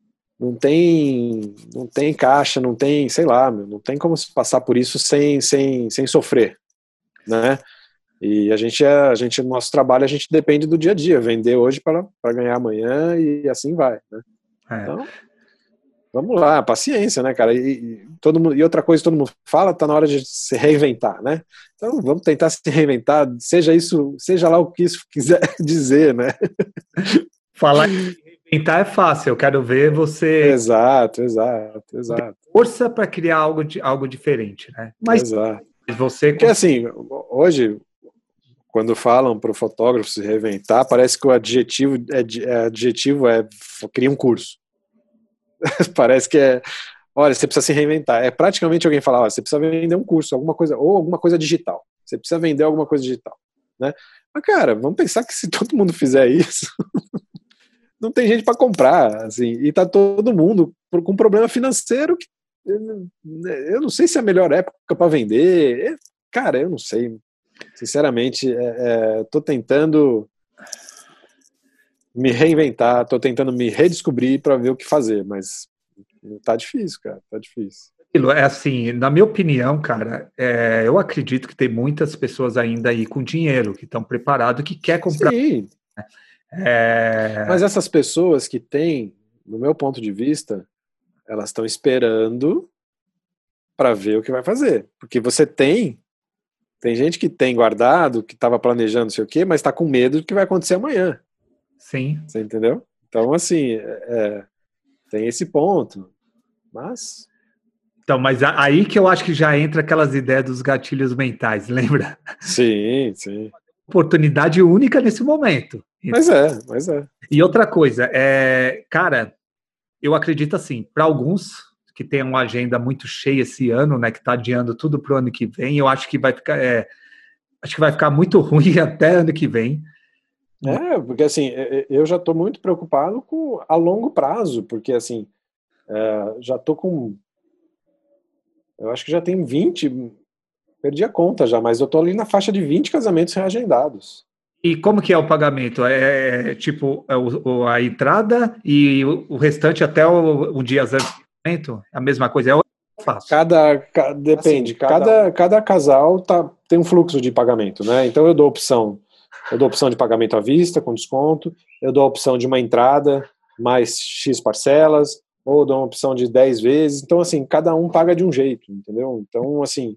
caixa, não tem, sei lá, não tem como se passar por isso sem sofrer, né? E o nosso trabalho, a gente depende do dia a dia, vender hoje para ganhar amanhã e assim vai, né? Então, vamos lá, paciência, né, cara? E outra coisa que todo mundo fala, tá na hora de se reinventar, né? Então, vamos tentar se reinventar, seja lá o que isso quiser dizer, né? Falar em reinventar é fácil, eu quero ver você... Exato. Força para criar algo diferente, né? Mas exato. Você... Porque assim, hoje, quando falam para o fotógrafo se reinventar, parece que o adjetivo é cria um curso. Parece que olha, você precisa se reinventar. É praticamente alguém falar, você precisa vender um curso, alguma coisa digital. Você precisa vender alguma coisa digital, né? Mas, cara, vamos pensar que se todo mundo fizer isso, não tem gente para comprar, assim, e tá todo mundo com problema financeiro que eu não sei se é a melhor época para vender. Cara, eu não sei. Sinceramente, tô tentando me reinventar, tô tentando me redescobrir para ver o que fazer, mas tá difícil, cara, tá difícil. É assim, na minha opinião, cara, eu acredito que tem muitas pessoas ainda aí com dinheiro, que estão preparados, que quer comprar. Sim. Mas essas pessoas que têm, no meu ponto de vista, elas estão esperando para ver o que vai fazer. Porque você tem gente que tem guardado, que estava planejando não sei o quê, mas está com medo do que vai acontecer amanhã. Sim. Você entendeu? Então, assim, Tem esse ponto. Mas... Então, mas aí que eu acho que já entra aquelas ideias dos gatilhos mentais, lembra? Sim, sim. Oportunidade única nesse momento. Mas é. E outra coisa, cara, eu acredito assim, para alguns que têm uma agenda muito cheia esse ano, né, que está adiando tudo para o ano que vem, eu acho que vai ficar muito ruim até ano que vem. Porque assim, eu já estou muito preocupado a longo prazo, porque assim, já estou com... Eu acho que já tem 20, perdi a conta já, mas eu estou ali na faixa de 20 casamentos reagendados. E como que é o pagamento? Tipo a entrada e o restante até um dia antes do pagamento? A mesma coisa? Fácil. Depende. Assim, cada casal tem um fluxo de pagamento, né? Então eu dou opção de pagamento à vista, com desconto, eu dou a opção de uma entrada mais X parcelas, ou dou uma opção de 10 vezes. Então, assim, cada um paga de um jeito, entendeu? Então, assim,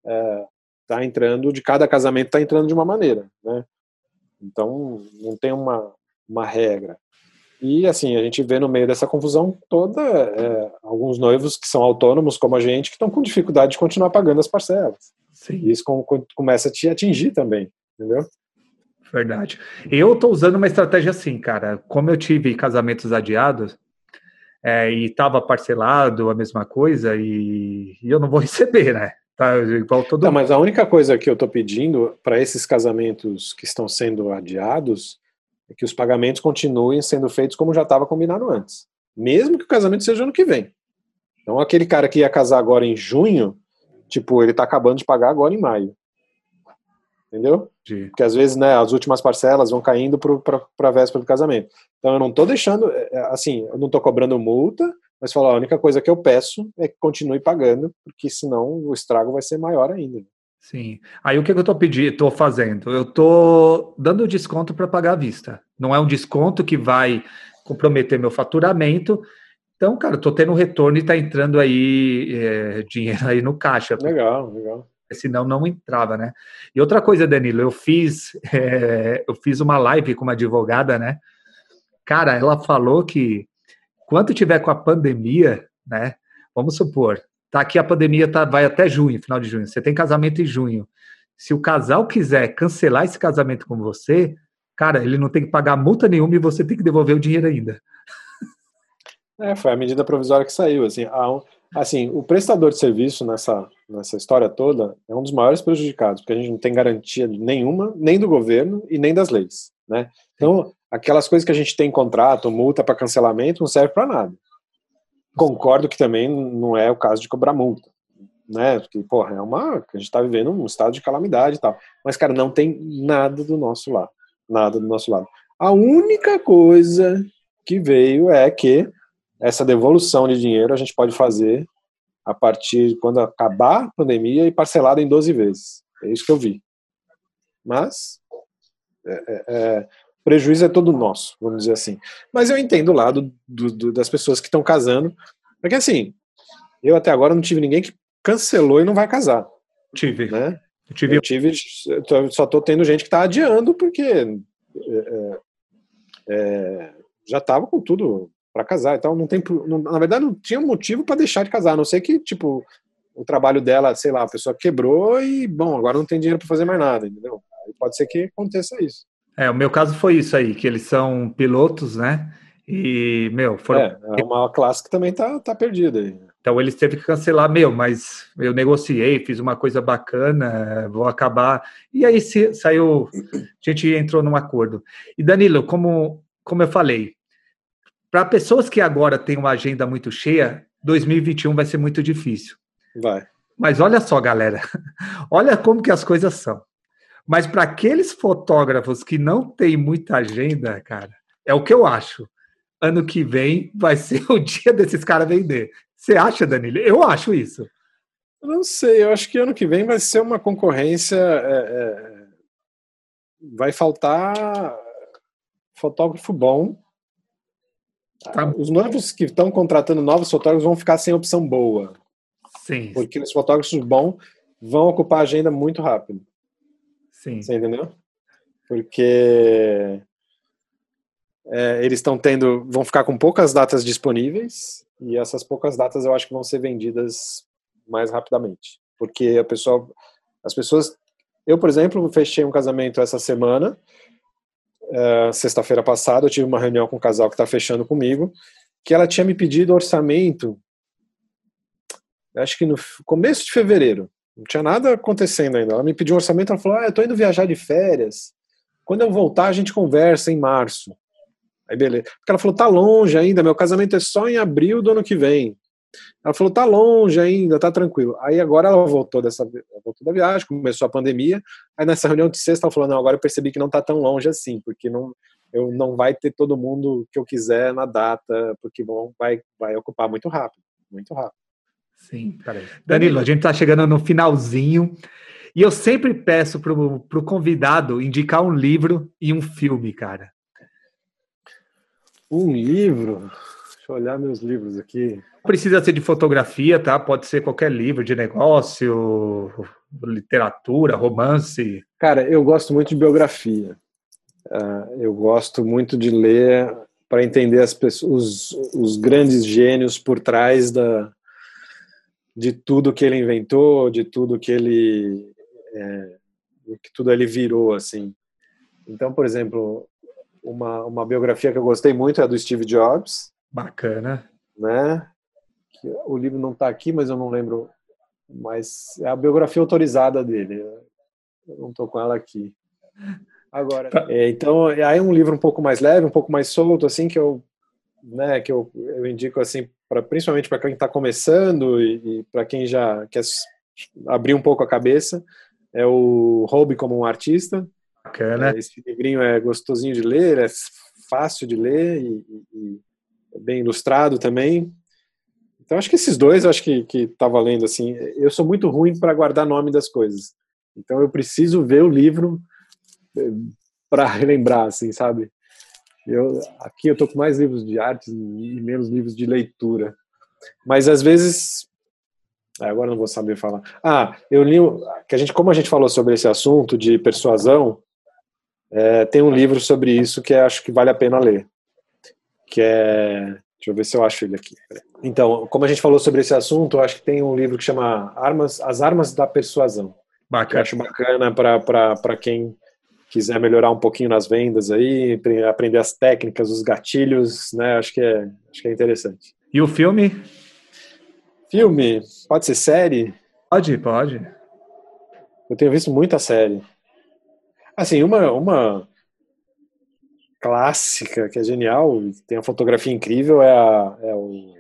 tá entrando, de cada casamento tá entrando de uma maneira, né? Então, não tem uma regra. E, assim, a gente vê no meio dessa confusão toda alguns noivos que são autônomos, como a gente, que estão com dificuldade de continuar pagando as parcelas. Sim. E isso começa a te atingir também, entendeu? Verdade. Eu estou usando uma estratégia assim, cara. Como eu tive casamentos adiados e estava parcelado a mesma coisa e eu não vou receber, né? Tá igual todo mundo. Mas a única coisa que eu estou pedindo para esses casamentos que estão sendo adiados é que os pagamentos continuem sendo feitos como já estava combinado antes. Mesmo que o casamento seja ano que vem. Então aquele cara que ia casar agora em junho, tipo, ele está acabando de pagar agora em maio. Entendeu? Sim. Porque às vezes, né, as últimas parcelas vão caindo para a véspera do casamento. Então eu não estou deixando, assim, eu não estou cobrando multa, mas a única coisa que eu peço é que continue pagando, porque senão o estrago vai ser maior ainda. Sim. Aí o que eu estou fazendo? Eu estou dando desconto para pagar à vista. Não é um desconto que vai comprometer meu faturamento. Então, cara, eu estou tendo um retorno e está entrando aí dinheiro aí no caixa. Legal. Senão não entrava, né? E outra coisa, Danilo, eu fiz uma live com uma advogada, né? Cara, ela falou que quando tiver com a pandemia, né? Vamos supor, tá aqui a pandemia vai até junho, final de junho. Você tem casamento em junho. Se o casal quiser cancelar esse casamento com você, cara, ele não tem que pagar multa nenhuma e você tem que devolver o dinheiro ainda. Foi a medida provisória que saiu. Assim, o prestador de serviço nessa história toda é um dos maiores prejudicados, porque a gente não tem garantia nenhuma, nem do governo e nem das leis, né? Então, aquelas coisas que a gente tem em contrato, multa para cancelamento, não serve para nada. Concordo que também não é o caso de cobrar multa, né? Porque, porra, a gente está vivendo um estado de calamidade e tal. Mas, cara, não tem nada do nosso lado. Nada do nosso lado. A única coisa que veio é que essa devolução de dinheiro a gente pode fazer a partir de quando acabar a pandemia e parcelado em 12 vezes. É isso que eu vi. Mas o prejuízo é todo nosso, vamos dizer assim. Mas eu entendo o lado das pessoas que estão casando, porque assim, eu até agora não tive ninguém que cancelou e não vai casar. Tive. Né? Eu só estou tendo gente que está adiando porque já estava com tudo para casar, então na verdade não tinha motivo para deixar de casar, a não ser que tipo o trabalho dela, sei lá, a pessoa quebrou e bom, agora não tem dinheiro para fazer mais nada, entendeu? Aí pode ser que aconteça isso. O meu caso foi isso aí, que eles são pilotos, né? E, foram... É uma classe que também tá perdida aí. Então eles teve que cancelar, mas eu negociei, fiz uma coisa bacana, vou acabar. E aí saiu, a gente entrou num acordo. E Danilo, como eu falei, para pessoas que agora têm uma agenda muito cheia, 2021 vai ser muito difícil. Vai. Mas olha só, galera, olha como que as coisas são. Mas para aqueles fotógrafos que não têm muita agenda, cara, é o que eu acho. Ano que vem vai ser o dia desses caras vender. Você acha, Danilo? Eu acho isso. Eu não sei, eu acho que ano que vem vai ser uma concorrência. Vai faltar fotógrafo bom. Tá. Os noivos que estão contratando novos fotógrafos vão ficar sem opção boa. Sim. Porque os fotógrafos bons vão ocupar a agenda muito rápido. Sim. Você entendeu? Porque eles vão ficar com poucas datas disponíveis, e essas poucas datas eu acho que vão ser vendidas mais rapidamente. Porque as pessoas... Eu, por exemplo, fechei um casamento essa semana, sexta-feira passada, eu tive uma reunião com um casal que está fechando comigo, que ela tinha me pedido orçamento, acho que no começo de fevereiro. Não tinha nada acontecendo ainda. Ela me pediu um orçamento, ela falou, eu tô indo viajar de férias. Quando eu voltar, a gente conversa em março. Aí beleza. Porque ela falou, tá longe ainda, meu casamento é só em abril do ano que vem. Ela falou, tá longe ainda, tá tranquilo. Aí agora ela voltou da viagem, começou a pandemia. Aí nessa reunião de sexta ela falou, não, agora eu percebi que não tá tão longe assim, porque não vai ter todo mundo que eu quiser na data, porque vai ocupar muito rápido, muito rápido. Sim, peraí. Danilo, a gente está chegando no finalzinho e eu sempre peço pro convidado indicar um livro e um filme, cara. Um livro? Deixa eu olhar meus livros aqui. Não precisa ser de fotografia, tá? Pode ser qualquer livro de negócio, literatura, romance. Cara, eu gosto muito de biografia. Eu gosto muito de ler para entender os grandes gênios por trás de tudo que ele inventou, de tudo que tudo ele virou, assim. Então, por exemplo, uma biografia que eu gostei muito é a do Steve Jobs. Bacana. Né? O livro não está aqui, mas eu não lembro. Mas é a biografia autorizada dele. Eu não estou com ela aqui. Agora, então, aí é um livro um pouco mais leve, um pouco mais solto, assim, que eu indico assim, principalmente para quem está começando e para quem já quer abrir um pouco a cabeça, é o Roube como um Artista. Bacana. Esse livrinho é gostosinho de ler, é fácil de ler e é bem ilustrado também. Então acho que esses dois, acho que tá valendo, assim. Eu sou muito ruim para guardar nome das coisas, então eu preciso ver o livro para relembrar, assim, sabe? Aqui eu tô com mais livros de arte e menos livros de leitura. Mas às vezes... Agora não vou saber falar. Eu li... Como a gente falou sobre esse assunto de persuasão, tem um livro sobre isso que acho que vale a pena ler. Que é... Deixa eu ver se eu acho ele aqui. Então, como a gente falou sobre esse assunto, eu acho que tem um livro que chama As Armas da Persuasão. Bacana. Que eu acho bacana para quem quiser melhorar um pouquinho nas vendas aí, aprender as técnicas, os gatilhos, né? Acho que é interessante. E o filme? Filme? Pode ser série? Pode. Eu tenho visto muita série. Assim, uma clássica que é genial, tem uma fotografia incrível, é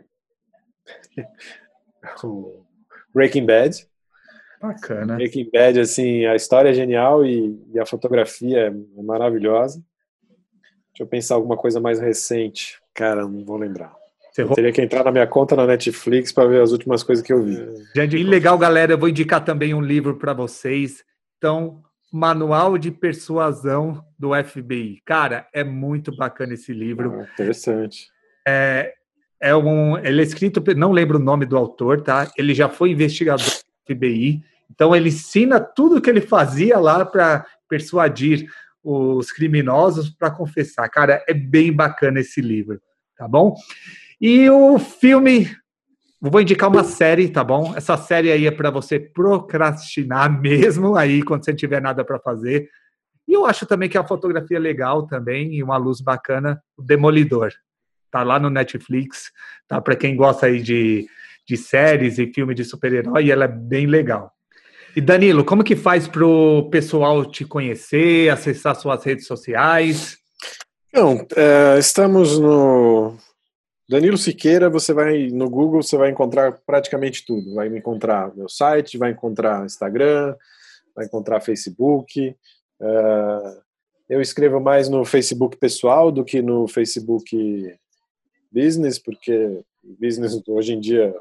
o Breaking Bad. Bacana. Breaking Bad, assim, a história é genial e a fotografia é maravilhosa. Deixa eu pensar alguma coisa mais recente. Cara, não vou lembrar. Eu teria que entrar na minha conta na Netflix para ver as últimas coisas que eu vi. E legal, galera, eu vou indicar também um livro para vocês. Então, Manual de Persuasão do FBI. Cara, é muito bacana esse livro. Interessante. Ele é escrito, não lembro o nome do autor, tá? Ele já foi investigador do FBI. Então, ele ensina tudo o que ele fazia lá para persuadir os criminosos para confessar. Cara, é bem bacana esse livro, tá bom? E o filme, vou indicar uma série, tá bom? Essa série aí é para você procrastinar mesmo, aí quando você não tiver nada para fazer. E eu acho também que a fotografia é legal também, e uma luz bacana, o Demolidor. Tá lá no Netflix, tá? Para quem gosta aí de séries e filme de super-herói, ela é bem legal. E Danilo, como que faz para o pessoal te conhecer, acessar suas redes sociais? Não, estamos no Danilo Siqueira, você vai no Google, você vai encontrar praticamente tudo. Vai me encontrar no meu site, vai encontrar Instagram, vai encontrar Facebook. Eu escrevo mais no Facebook pessoal do que no Facebook Business, porque business hoje em dia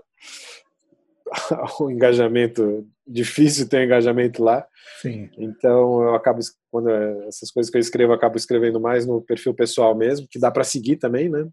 o engajamento, difícil ter engajamento lá. Sim. Então eu acabo, quando essas coisas que eu escrevo, eu acabo escrevendo mais no perfil pessoal mesmo, que dá para seguir também, né?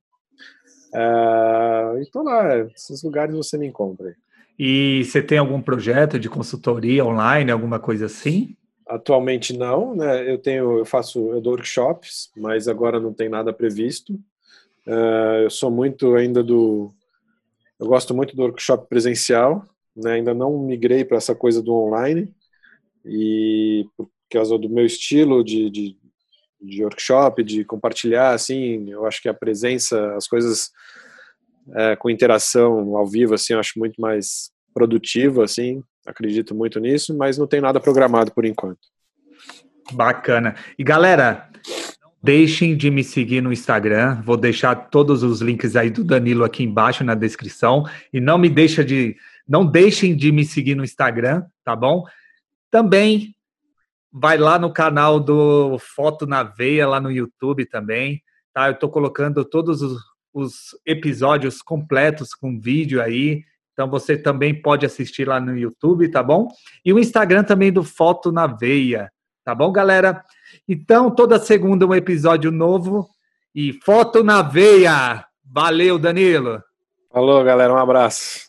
Então lá, esses lugares você me encontra. E você tem algum projeto de consultoria online, alguma coisa assim? Atualmente não, né? Eu dou workshops, mas agora não tem nada previsto. Eu sou muito ainda eu gosto muito do workshop presencial, né? Ainda não migrei para essa coisa do online, e por causa do meu estilo de workshop, de compartilhar, assim, eu acho que a presença, as coisas com interação ao vivo, assim, eu acho muito mais produtivo, assim, acredito muito nisso, mas não tem nada programado por enquanto. Bacana. E galera, deixem de me seguir no Instagram, vou deixar todos os links aí do Danilo aqui embaixo na descrição, e não deixem de me seguir no Instagram, tá bom? Também vai lá no canal do Foto na Veia, lá no YouTube também, tá? Eu tô colocando todos os episódios completos com vídeo aí, então você também pode assistir lá no YouTube, tá bom? E o Instagram também do Foto na Veia, tá bom, galera? Então, toda segunda um episódio novo e Foto na Veia. Valeu, Danilo! Falou, galera, um abraço.